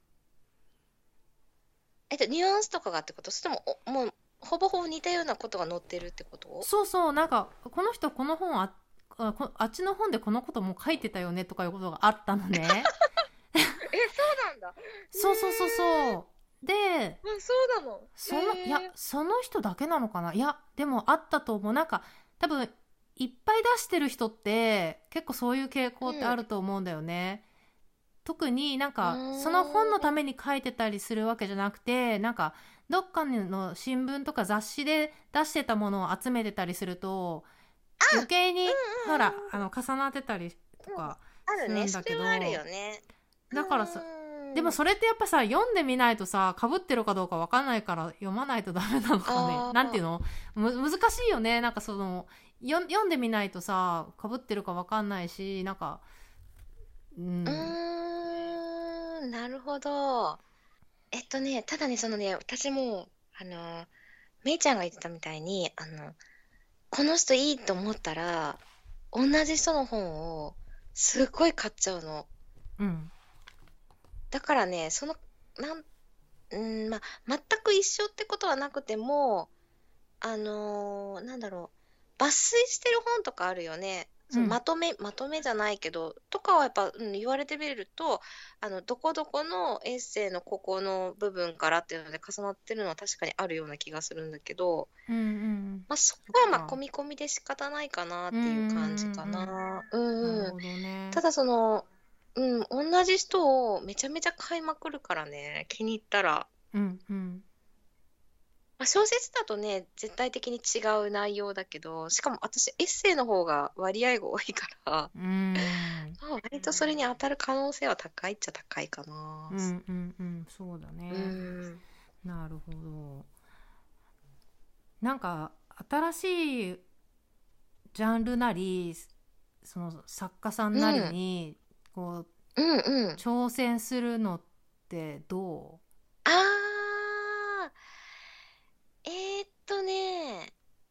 えっと、ニュアンスとかがってこと？それとも、おもう、ほぼほぼ似たようなことが載ってるってこと？ そうそう、なんかこの人この本ああこあっちの本でこのことも書いてたよねとかいうことがあったのね。 え、そうなんだ。へそうそうそうえ。 そう。で、 あ、そうなの。 そのいやへえ。 その人だけなのかな、いやでもあったと思う。なんか多分いっぱい出してる人って結構そういう傾向ってあると思うんだよね。特になんうかその本のたん。うめに書いてたりするわけじゃなくて、なんかどっかの新聞とか雑誌で出してたものを集めてたりすると余計ーん。 にほらあのうん重なってたりとうんうん。うん。 かあるね。 するんだそれはあるけど、 よね。うだからさ、でもーん。 それってやっぱさ読んでみないとさ被ってるかどうかわかんないから読まないとダメなのかね。 ああ。 なんていうの、む難しいよね。なんかそのよ読んでみないとさ被ってるかわかんないし、なんかううんーん。なるほど。えっとね、ただね、そのね、私も、あの、めいちゃんが言ってたみたいに、あの、この人いいと思ったら、同じ人の本をすっごい買っちゃうの。 うんだからね、その、なん、うん、まあ、全く一緒ってことはなくても、あのーなんだろう、抜粋してる本とかあるよね。そのうんまとめ、まとめじゃないけど、とかはやっぱ、うん、言われてみると、あの、どこどこのエッセイのここの部分からっていうので重なってるのは確かにあるような気がするんだけど、 うんうんまあ、そそっこはまあ、込か。 み込みで仕方ないかなっうんうんていう感じかうんな。ううんなんうん。 るほどね。 ただその、うん、同じ人をめちゃめちゃ買いまくるからね、気に入ったら。 うんうんまあ、小説だとね、絶対的に違う内容だけど、しかも私、エッセイの方が割合が多いから、 うーんまあ、割とそれに当たる可能性は高いっちゃ高いかな。 うんうんうんそうだうね。 ん。 なるほど。なんか新しいジャンルなりその作家さんなりうん。 にこううんうん。 挑戦するのってどあー、えーっとね、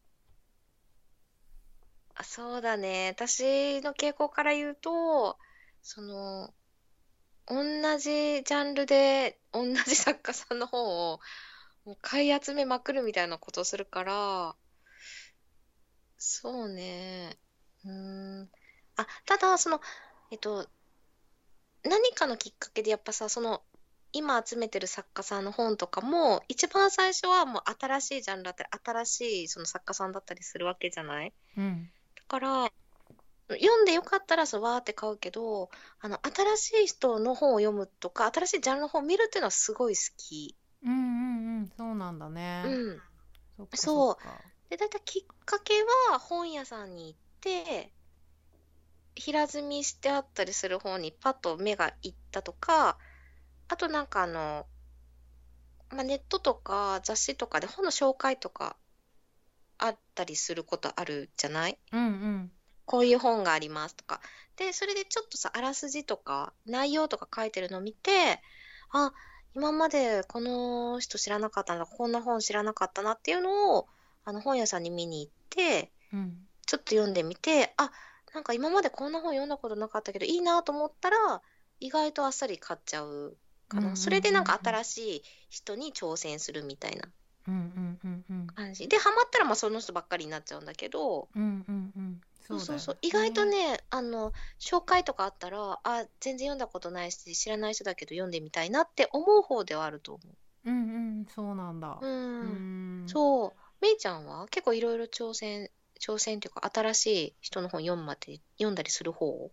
あ、そうだね。私の傾向から言うと、その、同じジャンルで、同じ作家さんの本をもう買い集めまくるみたいなことをするから、そうね。うーん。あ、ただ、その、えっと、何かのきっかけでやっぱさ、その、今集めてる作家さんの本とかも、一番最初はもう新しいジャンルだったり、新しいその作家さんだったりするわけじゃない？ うんだから、読んでよかったらそうわーって買うけど、あの、新しい人の本を読むとか、新しいジャンルの本を見るっていうのはすごい好き。 うんうんうん、そうなんだね。 うん。 そっかそっそう。 か。 で、だいたいきっかけは本屋さんに行って、平積みしてあったりする本にパッと目がいったとか、あとなんかあの、まあ、ネットとか雑誌とかで本の紹介とかあったりすることあるじゃない？ うんうんこういう本がありますとか。で、それでちょっとさ、あらすじとか内容とか書いてるのを見て、あ、今までこの人知らなかったな、こんな本知らなかったなっていうのを、あの本屋さんに見に行って、 うんちょっと読んでみて、あ、なんか今までこんな本読んだことなかったけど、いいなと思ったら、意外とあっさり買っちゃううんうんうかな。それでなんかん新しい人に挑戦するみたいなうんうんうんうん感じ。で、ハマったらまあその人ばっかりになっちゃうんだけど、 うんうんうん、そうだよそうそうそう、意外とね。 ね、あの、紹介とかあったら、あ、全然読んだことないし、知らない人だけど読んでみたいなって思う方ではあると思うんうん、そうなんだ。 う。ううーん。 ん。 そう。めいちゃんは結構いろいろ挑戦、挑戦っていうか、新しい人の本読むまで、読んだりする方？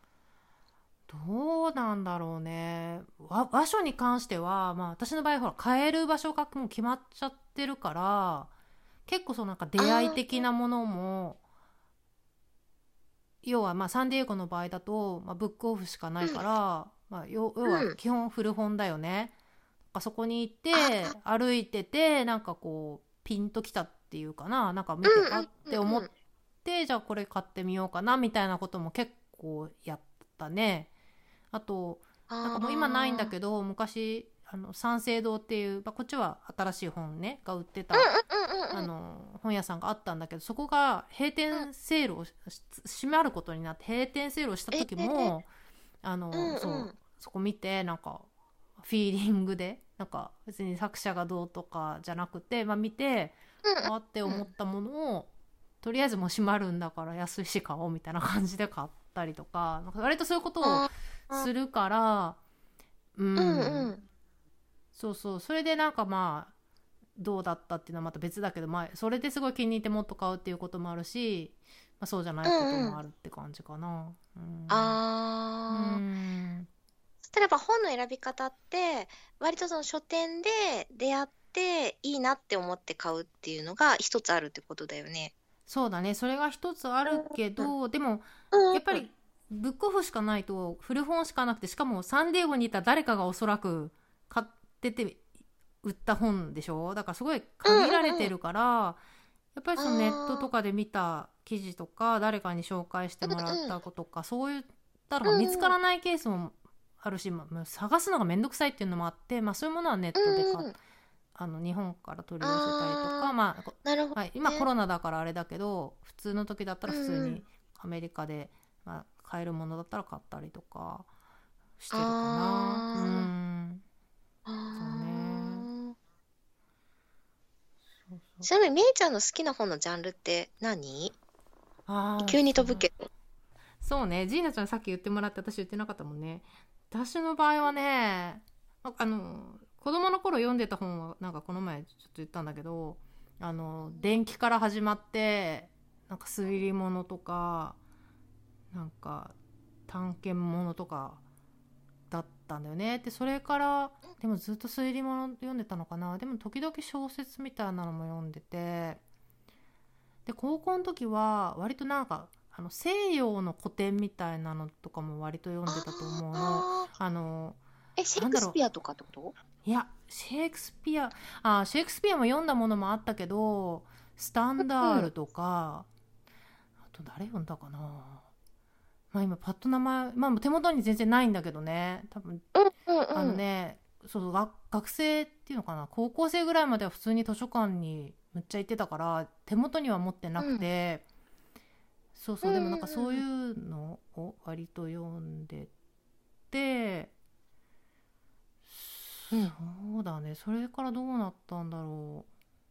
どうなんだろうね。わ場所に関しては、まあ私の場合ほら買える場所がもう決まっちゃってるから、結構そのなんか出会いああ、 的なものも、要はまあサンディエゴの場合だと、まあ、ブックオフしかないうん、 から、まあ、要要はうん。 基本古本だよね。そこに行っあてあ、 歩いててなんかこうピンときたっていうかな、なんか見てあっうんうんて思っうんうん。 て、じゃあこれ買ってみようかなみたいなことも結構やったね。あとなんかもう今ないんだああ、 けど、昔あの三省堂っていう、まあ、こっちは新しい本ねが売ってたうんうんうんうんうん。 あの本屋さんがあったんだけど、そこが閉うん。 店セールをし閉まることになって閉店セールをしたえ時え、 も、あうんのうん。 そうそこ見てなんかフィーリングで、なんか別に作者がどうとかじゃなくて、まあ、見てあってうんうん。 思ったものをとりあえずもう閉まるんだから安いし買おうみたいな感じで買ったりとか、なんか割とそういうことをああ、 するから、ううんん、 うん。 そうそう、それでなんかまあどうだったっていうのはまた別だけど、まあ、それですごい気に入ってもっと買うっていうこともあるし、まあ、そうじゃなういことんうん。 もあるって感じかな。うんうああ。 んそしたらやっぱ本の選び方って、割とその書店で出会っていいなって思って買うっていうのが一つあるってことだよね。 そうだね、それが一つあるけうん。 ど、でもうんうん。 やっぱりブックオフしかないと古本しかなくて、しかもサンディエゴにいた誰かがおそらく買ってて売った本でしょ。だからすごいうん限られうんうん。 てるから、やっぱりそのネットとああ。 かで見た記事とか誰かに紹介してもらっうんうん。 たことか、そういったのが見つうんうん。 からないケースもあるし、まあ、探すのがめんどくさいっていうのもあって、まあ、そういうものはネットで買っうんうん。 あの日本から取り寄せたりとか、 ああ、 まあこなるほはい、今コどね。 ロナだからあれだけど、普通の時だったうら普通にんうん。 アメリカで、まあ、買えるものだったら買ったりとかしてるかな。うーあん、 あ。 そうね。 ああ。 そうそう。 ちなみに、めいちゃんの好きな本のジャンルって何？ ああ、 急にそう。 飛ぶけど。 そうね、ジーナちゃんさっき言ってもらって私言ってなかったもんね。私の場合はね、ああの子供の頃読んでた本はなんかこの前ちょっと言ったんだけど、あの電気から始まってなんか推理物とかなんか探検物とかだったんだよね。でそれからでもずっと推理物読んでたのかな。でも時々小説みたいなのも読んでて、で高校の時は割となんかあの西洋の古典みたいなのとかも割と読んでたと思うの。 ああ。 あのえ、シェイなんだろクスピアとかってこと？ う、いやシェイクスピア、あシェイクスピアも読んだものもあったけど、スタンダうん。 ールとか、あと誰読んだかな。まあ今パッと名前、まあ手元に全然ないんだけどね、多分うんうんあのうん。 ね、そう学学生っていうのかな、高校生ぐらいまでは普通に図書館にむっちゃ行ってたから手元には持ってなくうん。 て、そううんそう、でもなんかそういうん。 うのを割と読んでて、 うん。 そそうだね。それからどうなったんだろ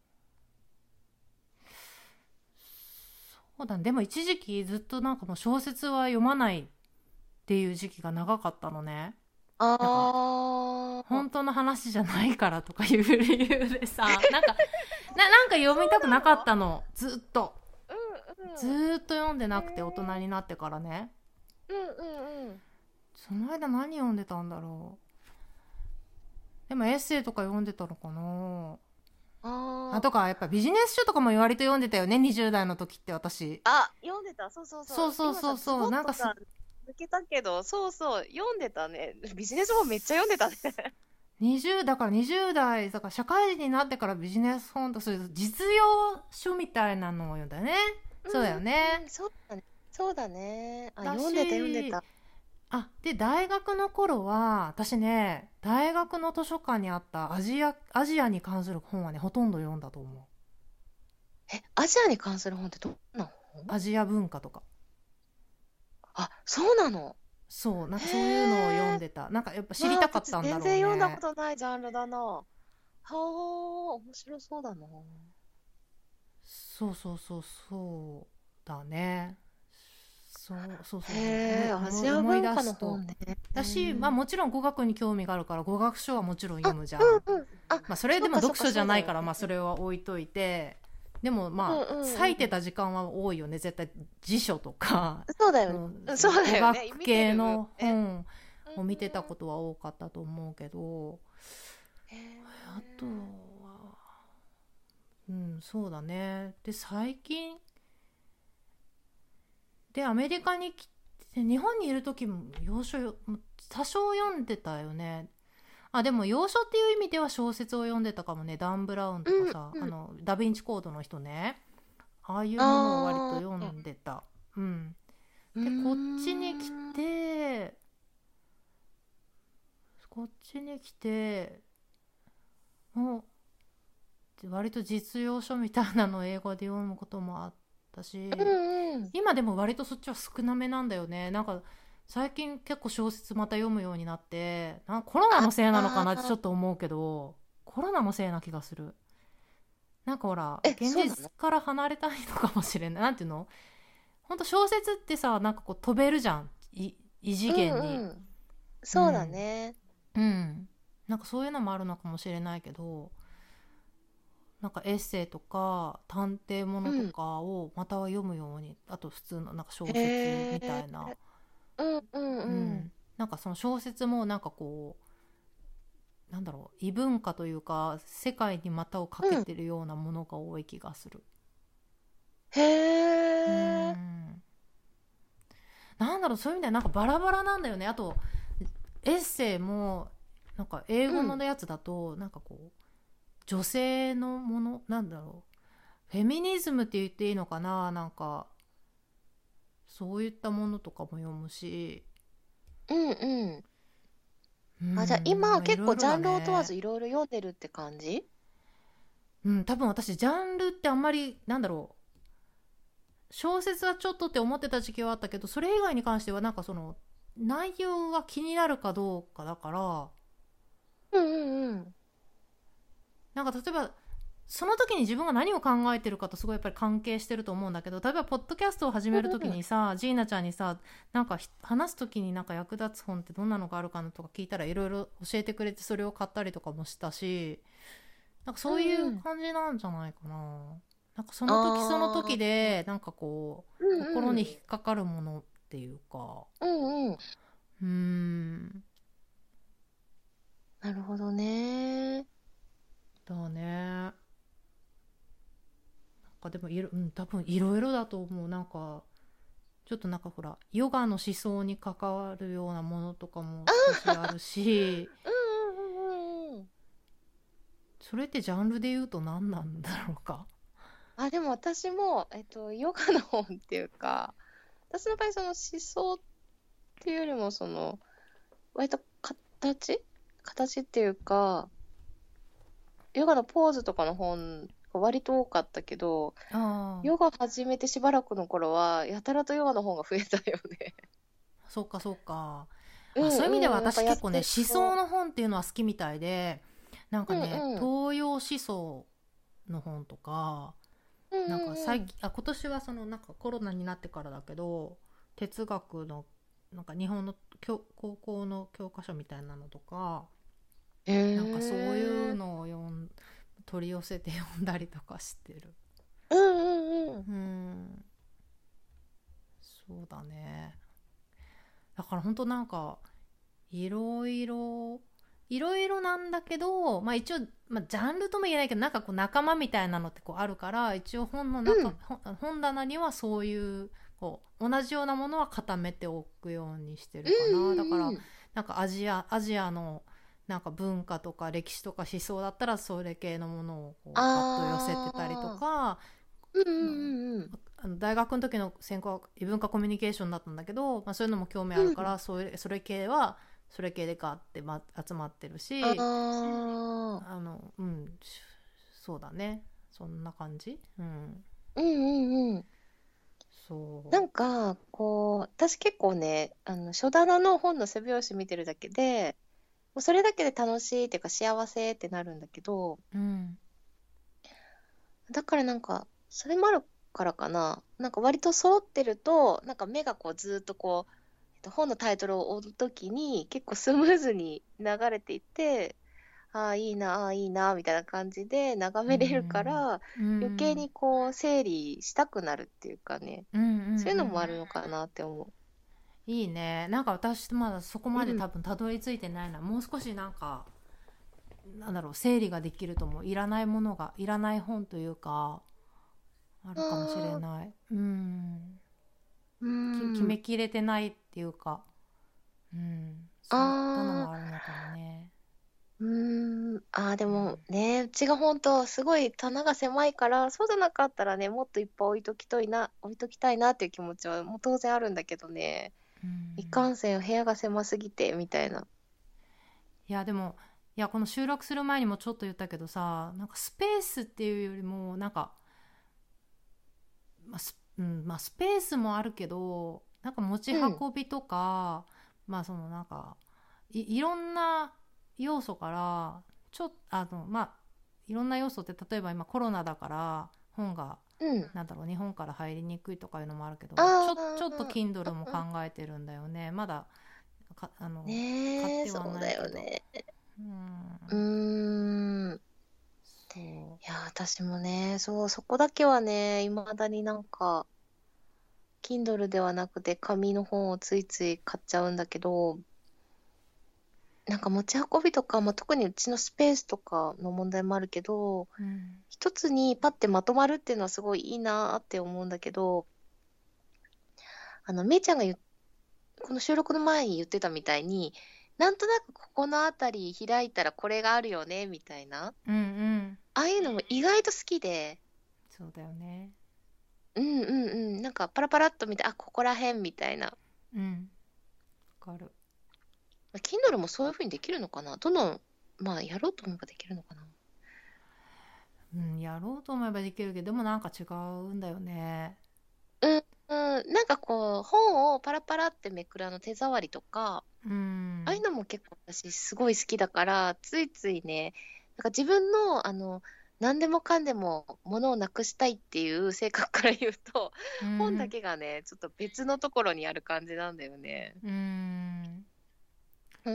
う。そうだね。でも一時期ずっとなんかもう小説は読まないっていう時期が長かったのね。なんかああ、 本当の話じゃないからとかいう理由でさ、なんかな、なんか読みたくなかったの。ずっと。 うんうん。 ずーっと読んでなくて、 へー大人になってからね。 うんうんうん。 その間何読んでたんだろう。でもエッセイとか読んでたのかな。ああとかやっぱビジネス書とかも割と読んでたよね、にじゅう代の時って私。 あ、あ、読んでた。そうそうそう。 そうそうそうそう、 今さ、 なんかすズボッとさ、抜けたけど、そうそう、読んでたね。ビジネス本めっちゃ読んでたね。 にじゅうだからにじゅう代だから社会人になってからビジネス本とそういう実用書みたいなのを読んだよね。そうだよね。 うん、そうだね。そうだね。あ、 だ読んでた読んでし、 た。 あ、で、大学の頃は、私ね、大学の図書館にあったアジア、アジアに関する本はね、ほとんど読んだと思う。 え、アジアに関する本ってどんな本？ アジア文化とか。 あ、そうなの。 そう、なんかそういうのを読んへえ。 でた。なんかやっぱ知わあ、 りたかっ私たんだろう全然読んだこね。 とないジャンルだな。はあ、面白そうだな。 そうそうそうそうだね。そうそうそうそう。 へえ、アジア思い思い文化の出すと。 本ね。 だし、まあもちろん語学に興味があるから語学書はもちろんあ、 読むじゃん。 うんうん。あ、 まあそれそうかそうか、 でも読書じそうだよゃないからまあそね。 れは置いといて、でもうんまあうんうん。 割いてた時間は多いよね。絶対辞書とか、 そうだよね。 もううん、 そうそうだよね。 語学見てる分系のね。 本うんを見てたことは多かったと思うけど、 へあとえ。 は、うん、そうだね。で、最近、で、アメリカに来て、日本にいる時も洋書よ多少読んでたよね。あ、でも洋書っていう意味では小説を読んでたかもね。ダン・ブラウンとかうんさ、 うん。 あの、ダ・ヴィンチコードの人ね。ああいうものを割と読ああ、 んでた。うん。 うーで、こっちに来ん。 て、こっちに来て、もう、割と実用書みたいなのを英語で読むこともあったうし、 んうん。 今でも割とそっちは少なめなんだよね。なんか最近結構小説また読むようになって、なんかコロナあのせいなのかなってちょあ、 っと思うけど、コロナのせいな気がする。なんかほら、 え、 現そうなの？ 実から離れたいのかもしれない。なんていうの、ほんと小説ってさ、なんかこう飛べるじゃん。い異次うん元に。 うん。そうだうん。 ね。 うん。なんかそういうのもあるのかもしれないけど、なんかエッセイとか探偵ものとうん。 かをまたは読むように、あと普通のなんか小説みたへえ。 いな。 うんうんうん。 うん。なんかその小説もなんかこう、なんだろう、異文化というか世界に股をかけうん。 てるようなものが多い気がする。 へうーえ。 ん。なんだろう、そういう意味ではなんかバラバラなんだよね。あとエッセイもなんか英語うん。 のやつだとなんかこう女性のものなんだろう、フェミニズムって言っていいのかな、なんかそういったものとかも読むし、 うんうん。 うーあ、じゃあ今ん、まあいは結構ろいろだジャンルを問わね。 ずいろいろ読んでるって感じ？ うん、多分私ジャンルってあんまりなんだろう、小説はちょっとって思ってた時期はあったけど、それ以外に関してはなんかその内容が気になるかどうかだから、 うんうんうん。 なんか例えばその時に自分が何を考えてるかとすごいやっぱり関係してると思うんだけど、例えばポッドキャストを始める時うんにさ、ジーナちゃんにさ、なんか話す時になんか役立つ本ってどんなのがあるかなとか聞いたらいろいろ教えてくれて、それを買ったりとかもしたし、なんかうそういうんうん。 感じなんじゃないかな。なんかその時その時ああ、 でなんかこううんうん。 心に引っかかるものっていうか、 うんうん。 うーん、 なるほどね。 だね。なんかでもいろ、うん、多分いろいろだと思う。なんかちょっとなんかほらヨガの思想に関わるようなものとかもあ少しあるし、 うんうんうんうんうん。 それってジャンルで言うと何なんだろうか。 あ、でも私も、えっと、ヨガの本っていうか、私の場合その思想っていうよりもその、割と形形っていうか、ヨガのポーズとかの本が割と多かったけど、 ああ、 ヨガ始めてしばらくの頃は、やたらとヨガの本が増えたよね。 そうかそうか。 うあ、そういう意味ではんうん、なんか私結構ね、 やってる思想と、 の本っていうのは好きみたいで、 なんかね、 うんうん東洋思想の本とか、 うんうんなんか最近あ今年はそのなんかコロナになってからだけど、哲学のなんか日本の教高校の教科書みたいなのとか、 へーなんかそういうのを読ん取り寄せて読んだりとかしてる。 うんうんうん。 うん、そうだね。だから本当なんかいろいろいろいろなんだけど、まあ一応、まあ、ジャンルとも言えないけど、なんかこう仲間みたいなのってこうあるから、一応本の中、 うん本本棚にはそういうこう同じようなものは固めておくようにしてるかな。 うんだからうんなんかアジアアジアのなんか文化とか歴史とか思想だったらそれ系のものをこうパッと寄せてたりとあか、 ーうんうんうんあの大学の時の専攻は異文化コミュニケーションだったんだけど、まあ、そういうのも興味あるから、 うんそれ、それ系はそれ系でガーって、ま、集まってるし、 あーあのうんしそうだね、そんな感じ。うんうんうんうん。 そなんかこう私結構ね、あの書棚の本の背表紙見てるだけでもうそれだけで楽しいっていうか幸せってなるんだけど、 う、うんだからなんかそれもあるからかな、なんか割と揃ってるとなんか目がこうずーっとこう、えっと、本のタイトルを追うときに結構スムーズに流れていって、ああいいなああいいなみたいな感じで眺うめれるかんら、余計うんにこう整理したくなるっていうかね、 うんうんうそういうのもあん、 るのかなって思いいね。なんか私まだそこう。 までうん多分たどり着いてないな。もう少しなんかなんだろう、整理ができると思う。いらないものが、いらない本というかあるかもしれあない。うんーうき決んめきれてないっていうか、うん、そういったのあもあるのかもね。 ーうーんあーでうんもね、うちが本当すごい棚が狭いから、そうじゃなかったらね、もっといっぱい置いときたいな、置いときたいなっていう気持ちはもう当然あるんだけどね、いかうんんせん部屋が狭すぎてみたいな。 いやでも、いやこの収録する前にもちょっと言ったけどさ、なんかスペースっていうよりもなんか、まあスうんまあ、スペースもあるけど、なんか持ちうん運びとか、まあそのなんか い, いろんな要素からちょっとあのまあいろんな要素って、例えば今コロナだから本がうんなんだろう日本から入りにくいとかいうのもあるけど、ちあょちょっとあ Kindle も考えてるんだよね。まだかあの買ってはねえそうないけど、 だよね。 ううーんんそいや私もね、そうそこだけはね、いまだになんか Kindle ではなくて紙の本をついつい買っちゃうんだけど、なんか持ち運びとか、まあ、特にうちのスペースとかの問題もあるけど、 う、うん一つにパッてまとまるっていうのはすごいいいなって思うんだけど、あの、めいちゃんが言っこの収録の前に言ってたみたいに、なんとなくここのあたり開いたらこれがあるよねみたいな、 うんうんああいうのも意外と好きで、 そうだよね。 うんうんうん、なんかパラパラっと見て、あ、ここら辺みたいな。 うんわかる。 まあ Kindle もそういう風にできるのかな、どの、まあやろうと思えばできるのかな。 うん、やろうと思えばできるけど、でもなんか違うんだよね。 うん、うん、なんかこう、本をパラパラってめくるあの手触りとか、 うんああいうのも結構私すごい好きだから、ついついね、なんか自分の、あの、何でもかんでも物をなくしたいっていう性格から言うと、 う本だんけがね、ちょっと別のところにある感じなんだよね。 うんうん。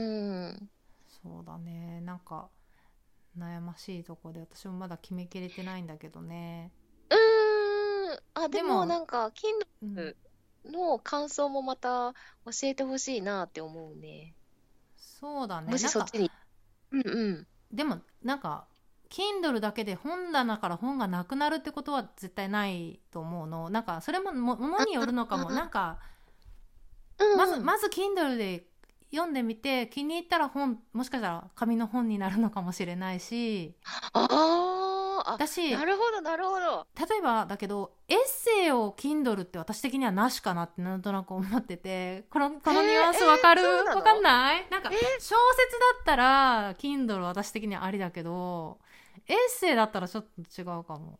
そうだね。なんか悩ましいとこで、私もまだ決めきれてないんだけどね。 うーん。あ、ででも、 もなんか、 うん、 Kindle の感想もまた教えてほしいなって思うね。 そうだもね。なんかしそっちに。うんうん。 でもなんか Kindle だけで本棚から本がなくなるってことは絶対ないと思うの。なんかそれももものによるのかも。なんかうんまずうん。 まず Kindle で読んでみて気に入ったら本、もしかしたら紙の本になるのかもしれないし、 ああ、あ、 だし例なるほど、なるほど。 えばだけどエッセイを Kindle って私的にはなしかなってなんとなく思ってて、このこのニュアンスわかる、 えーえーそうなのわかんないなんかえ小説だったら Kindle 私的にはありだけど、エッセイだったらちょっと違うかも。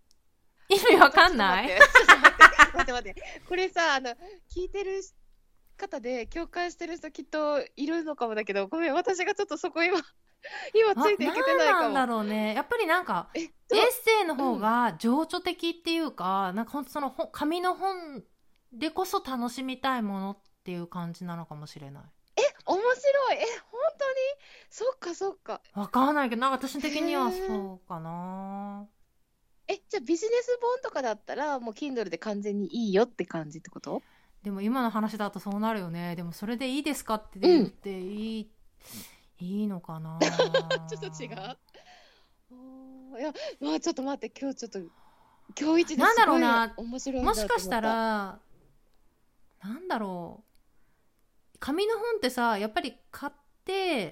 意味わかんない？ ちょっと待って、ちょっと待って、待って待って。これさ、あの、聞いてる方で共感してる人きっといるのかもだけど、ごめん、私がちょっとそこ今、今つあ、 いていけてなんないかも。 なんだろうね。やっぱりなんか、 えっエッと、 セイの方うん。 が情緒的っていうか、なんかほんとその本紙の本でこそ楽しみたいものっていう感じなのかもしれない。 面白い。え、本当にそっかそっか。 わかんないけど、なんか私へ的にはえ。 そうかな。 え、じゃあビジネス本とかだったら、もう Kindle で完全にいいよって感じってこと？ でも今の話だとそうなるよね。でもそれでいいですかってうん。 言っていい、いいのかちょっと違な。 う。おーいや、まあちょっと待って、今日ちょっと、今日一でなんすごいだろうな。 面白いもしなかしたと思った。 ら、なんだろう。紙の本ってさ、やっぱり買って、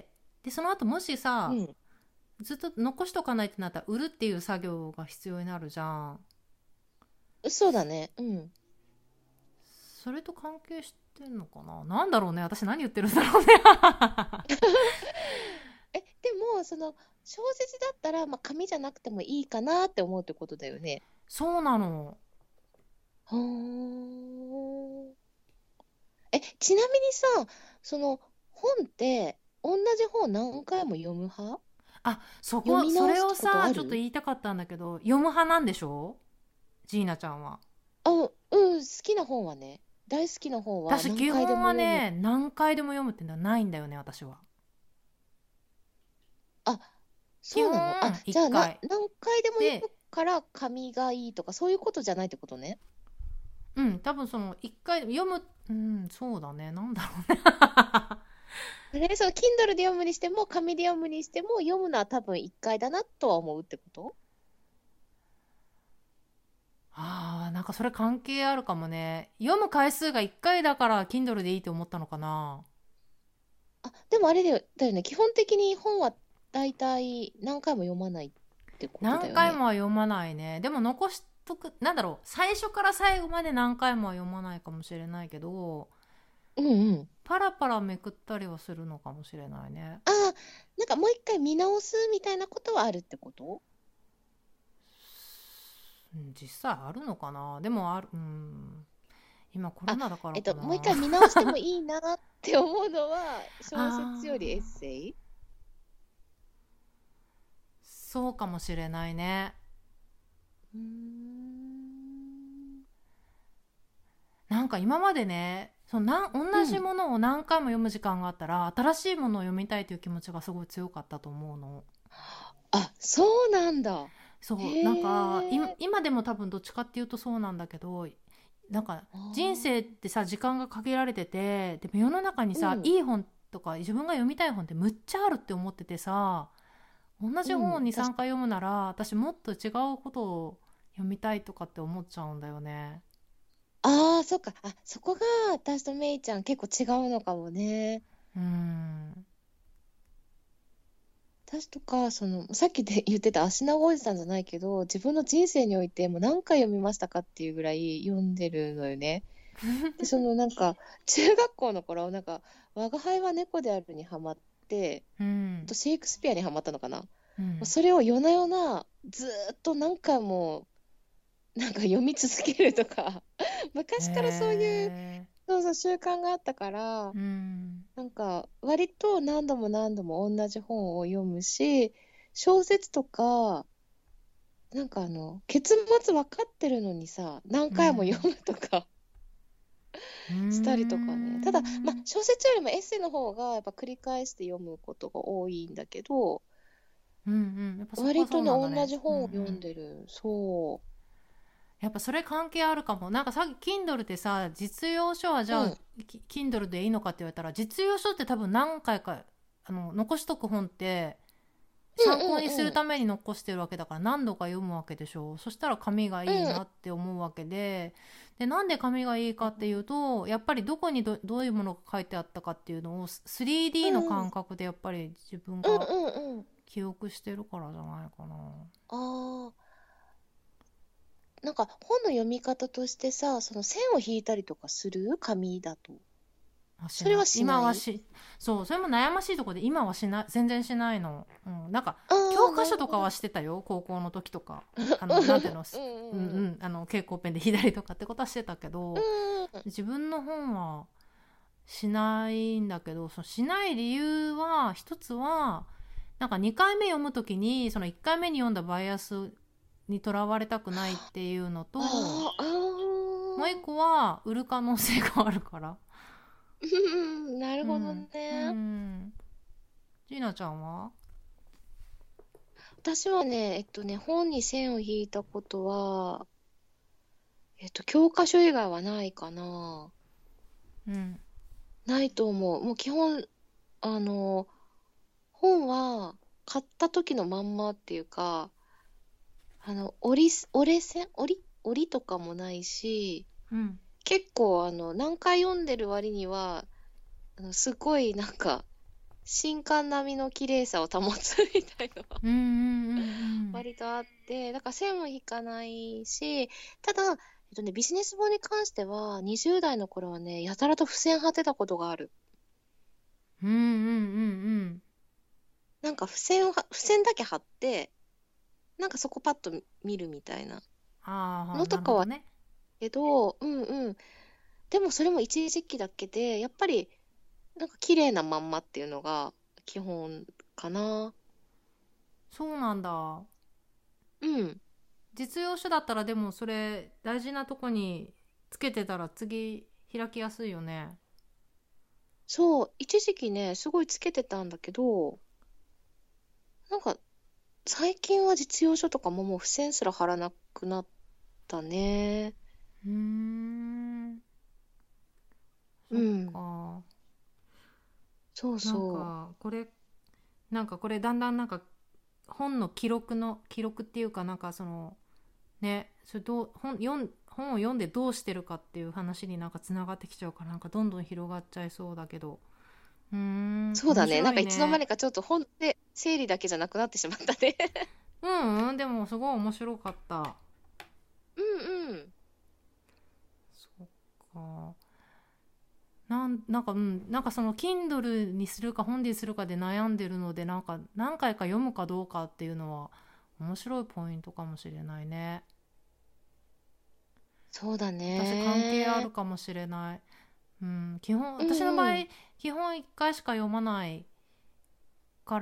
で、その後もしさ、 うん。 ずっと残しとかないってなったら売るっていう作業が必要になるじゃん。 そうだね。うん。 それと関係してんのかな。なんだろうね。私何言ってるんだろうね。 え、でも、その、小説だったら、まあ紙じゃなくてもいいかなって思うってことだよね。 そうなの。 はー。え、ちなみにさ、その、本って、同じ本何回も読む派？ あ、そ読こ、それみ直すってことをさ、ちょっとある？ 言いたかったんだけど、読む派なんでしょ？ジーナちゃんは。 あ、うん、好きな本はね、大好きな本は私、 何回で基本も読む。 はね、何回でも読むってのはないんだよね、私は。 あ、 基本、 そうなの？あ、じゃあな、 一回。 何回でも読で、 むから紙がいいとか、そういうことじゃないってことね。 うん、多分その、一回読む、うん、そうだね、なんだろうね。 あれ、その Kindle で読むにしても、紙で読むにしても、読むのは多分いっかいだなとは思うってこと？ ああ、なんかそれ関係あるかもね。読む回数が一回だから Kindle でいいと思ったのかな。 あ、でもあれだよ、だよね、基本的に本は大体何回も読まないってことだ何よね。 回もは読まないね。でも残しとく、なんだろう、最初から最後まで何回もは読まないかもしれないけど、 うんうん。 パラパラめくったりはするのかもしれないね。 ああ、なんかもう一回見直すみたいなことはあるってこと？ うん、実際あるのかな。でもある、うん。今コロあ、 ナだからえっと、 かな。 もう一回見直してもいいなって思うのは、小説よりエッああ、 セイ？ そうかもしれないね。 うーん。 なんか今までね、そのなん同じうん。 ものを何回も読む時間があったら、新しいものを読みたいという気持ちがすごい強かったと思うの。 あ、そうなんだ。 そう、なんか、いへえ。 今でも多分どっちかっていうとそうなんだけど、なんかあ人生っあ。 てさ、時間が限られてて、でも世の中にさ、 うん。 いい本とか自分が読みたい本ってむっちゃあるって思っててさ、同じ本をうん。 に、3 確かに。 回読むなら、私もっと違うことを読みたいとかって思っちゃうんだよね。 ああ、そっか。あ、そこが私とメイちゃん結構違うのかもね。 うーん。 私とか、その、さっきで言ってた足長おじさんじゃないけど、自分の人生においてもう何回読みましたかっていうぐらい読んでるのよね。で、そのなんか、中学校の頃、なんか、吾輩は猫であるにハマって、 うん。 あとシェイクスピアにハマったのかな。 うん。 それを夜な夜なずーっと何回もなんか読み続けるとか、 へ昔からそういう、 え。 そうそう習慣があったから、 うん。 なんか割と何度も何度も同じ本を読むし、小説とか、なんかあの、結末分かってるのにさ、何う回も読ん。 むとかうーしたりとかね。ただ、まあん。 小説よりもエッセイの方がやっぱ繰り返して読むことが多いんだけど、 うんうん。やっぱそこはそう割とね、同なんだね。 じ本を読んうんうん。 でる。そやっぱそれ関係あるかも。なんかさっき Kindle でさ、実用書はじう。うゃあ、 ん。 き Kindle でいいのかって言われたら、実用書って多分何回か、あの、残しとく本って、 うん参考にすうんうん。 るために残してるわけだから何度か読むわけでしょ。そしたら紙がいいうんなって思うわけで、で、なんで紙がいいかっていうと、やっぱりどこにど、どういうものが書いてあったかっていうのをうスリーディー のんうん感覚でやっぱり自分うんがうんうん。 記憶してるからじゃないかな。 ああ、なんか本の読み方としてさ、その線を引いたりとかする？紙だと。 あ、しない。 それはしない？ 今はし、そう、それも悩ましいところで今はしない、全然しないの。うん。なんか、 ああー、 教科なるほど。 書とかはしてたよ、高校の時とか。あの、なんていうの、 うんうすうんうんうん。 ん、あの、蛍光ペンで左とかってことはしてたけど、 うん。 自分の本は、 しないんだけど、そのしない理由は一つはなんかにかいめ読むときにそのいっかいめに読んだバイアスにとらわれたくないっていうのと、 ああ、 もう一個は売る可能性があるから。 うんなるほどうんうね。 ん。ジーナちゃんは？ 私はね、えっとね、本に線を引いたことは、えっと、教科書以外はないかな。 うんないと思う。もう基本、あの、本は買った時のまんまっていうか、あの、折りす、折れ線折り折りとかもないし、 うん結構、あの、何回読んでる割には、あの、すごいなんか、新刊並みの綺麗さを保つみたいのはうんうんうん割とあって、だから線も引かないし、ただ、えっとね、ビジネス本に関しては、にじゅう代の頃はね、やたらと付箋貼ってたことがある。 うんうんうんうんなんか付箋をは、付箋だけ貼って、なんかそこパッと見るみたいなああ、 のとかはなるほどね。 けど、うんうん。でもそれも一時期だけで、やっぱり、なんか綺麗なまんまっていうのが基本かな。 そうなんだ。 うん。 実用書だったらでもそれ大事なとこにつけてたら次開きやすいよね。 そう、一時期ね、すごいつけてたんだけど、なんか最近は実用書とかももう付箋すら貼らなくなったね。 うーん、そっうん。 か。 そうなんそかこれなんかこれだんだんなんか本の記録の記録っていうかなんかそのね、それどう本読ん本を読んでどうしてるかっていう話になんかつながってきちゃうからなんかどんどん広がっちゃいそうだけど、うーう。 ん、面そうだね。なんかいつの間白いね。 にかちょっと本って整理だけじゃなくなってしまったね。 うんうん、でもすごい面白かった。 うんうん。 そっか。なんなんかうんなんかその Kindle にするか本にするかで悩んでるのでなんか何回か読むかどうかっていうのは面白いポイントかもしれないね。 そうだ私関係あるね。 かもしれない。うん、基本う私の場合んうん。 基本いっかいしか読まないから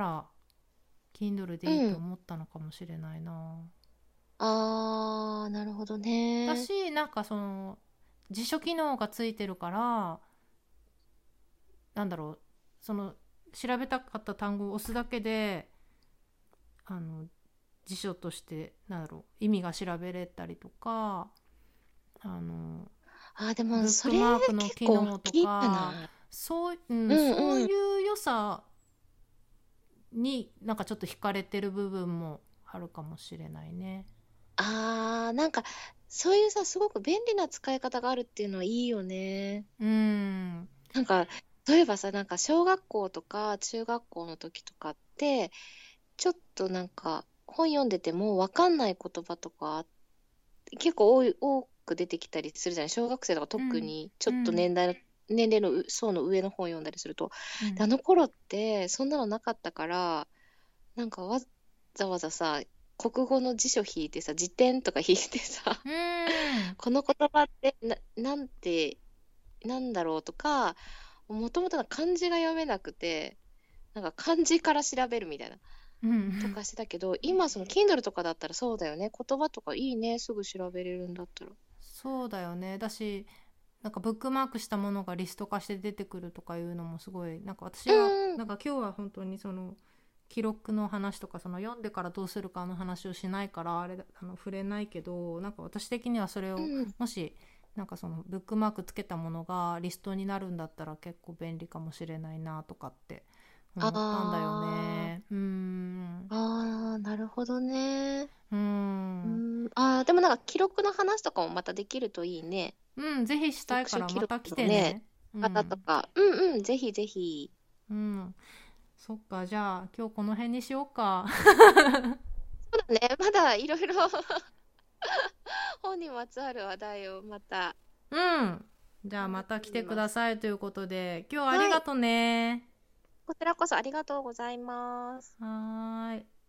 Kindle でいいとうん。 思ったのかもしれないな。 あー、なるほどね。 私なんかその辞書機能がついてるからなんだろう、その調べたかった単語を押すだけであの辞書としてなんだろう意味が調べれたりとか、あのあー、でもブッそれクマークの結構大機能ときいかか、 な。 そう、ううん、そういんうん。 う良さになんかちょっと惹かれてる部分もあるかもしれないね。 あー、なんか、そういうさ、すごく便利な使い方があるっていうのはいいよね。 うん。 なんか、例えばさ、なんか小学校とか中学校の時とかって、ちょっとなんか本読んでても分かんない言葉とか結構多い、多く出てきたりするじゃない。小学生とか特うんにちょっとうん年代の、年齢のう層の上の本読んだりすると。でうんあの頃ってそんなのなかったから、なんかわざわざさ、国語の辞書引いてさ、辞典とか引いてさ、 うんこの言葉ってな、なんて、なんだろうとか、もともとの漢字が読めなくて、なんか漢字から調べるみたいな。とうんかしてたけど、今その Kindle とかだったらそうだよね。言葉とかいいね。すぐ調べれるんだったら。 そうだよね。だしなんかブックマークしたものがリスト化して出てくるとかいうのもすごいなんか私はうんうん。 なんか今日は本当にその記録の話とかその読んでからどうするかの話をしないからあれあの触れないけど、なんか私的にはそれをうんもしなんかそのブックマークつけたものがリストになるんだったら結構便利かもしれないなとかって思ったんだよあね。うーんー、あー、なるほどね。 うーんうん、あー、でもなんか記録の話とかもまたできるといいね。 うんぜひしたい読か書記録らまた来のね、 てね。う方とんか。うんうん、ぜひぜひ。 うんそっか、じゃあ今日この辺にしようか。 そうだね。まだいろいろ本にまつわる話題をまたうん。じゃあま話た来てくしてみます。 ださいということで、今日はありはい。 がとね。 こちらこそありがとうございます。 はーい。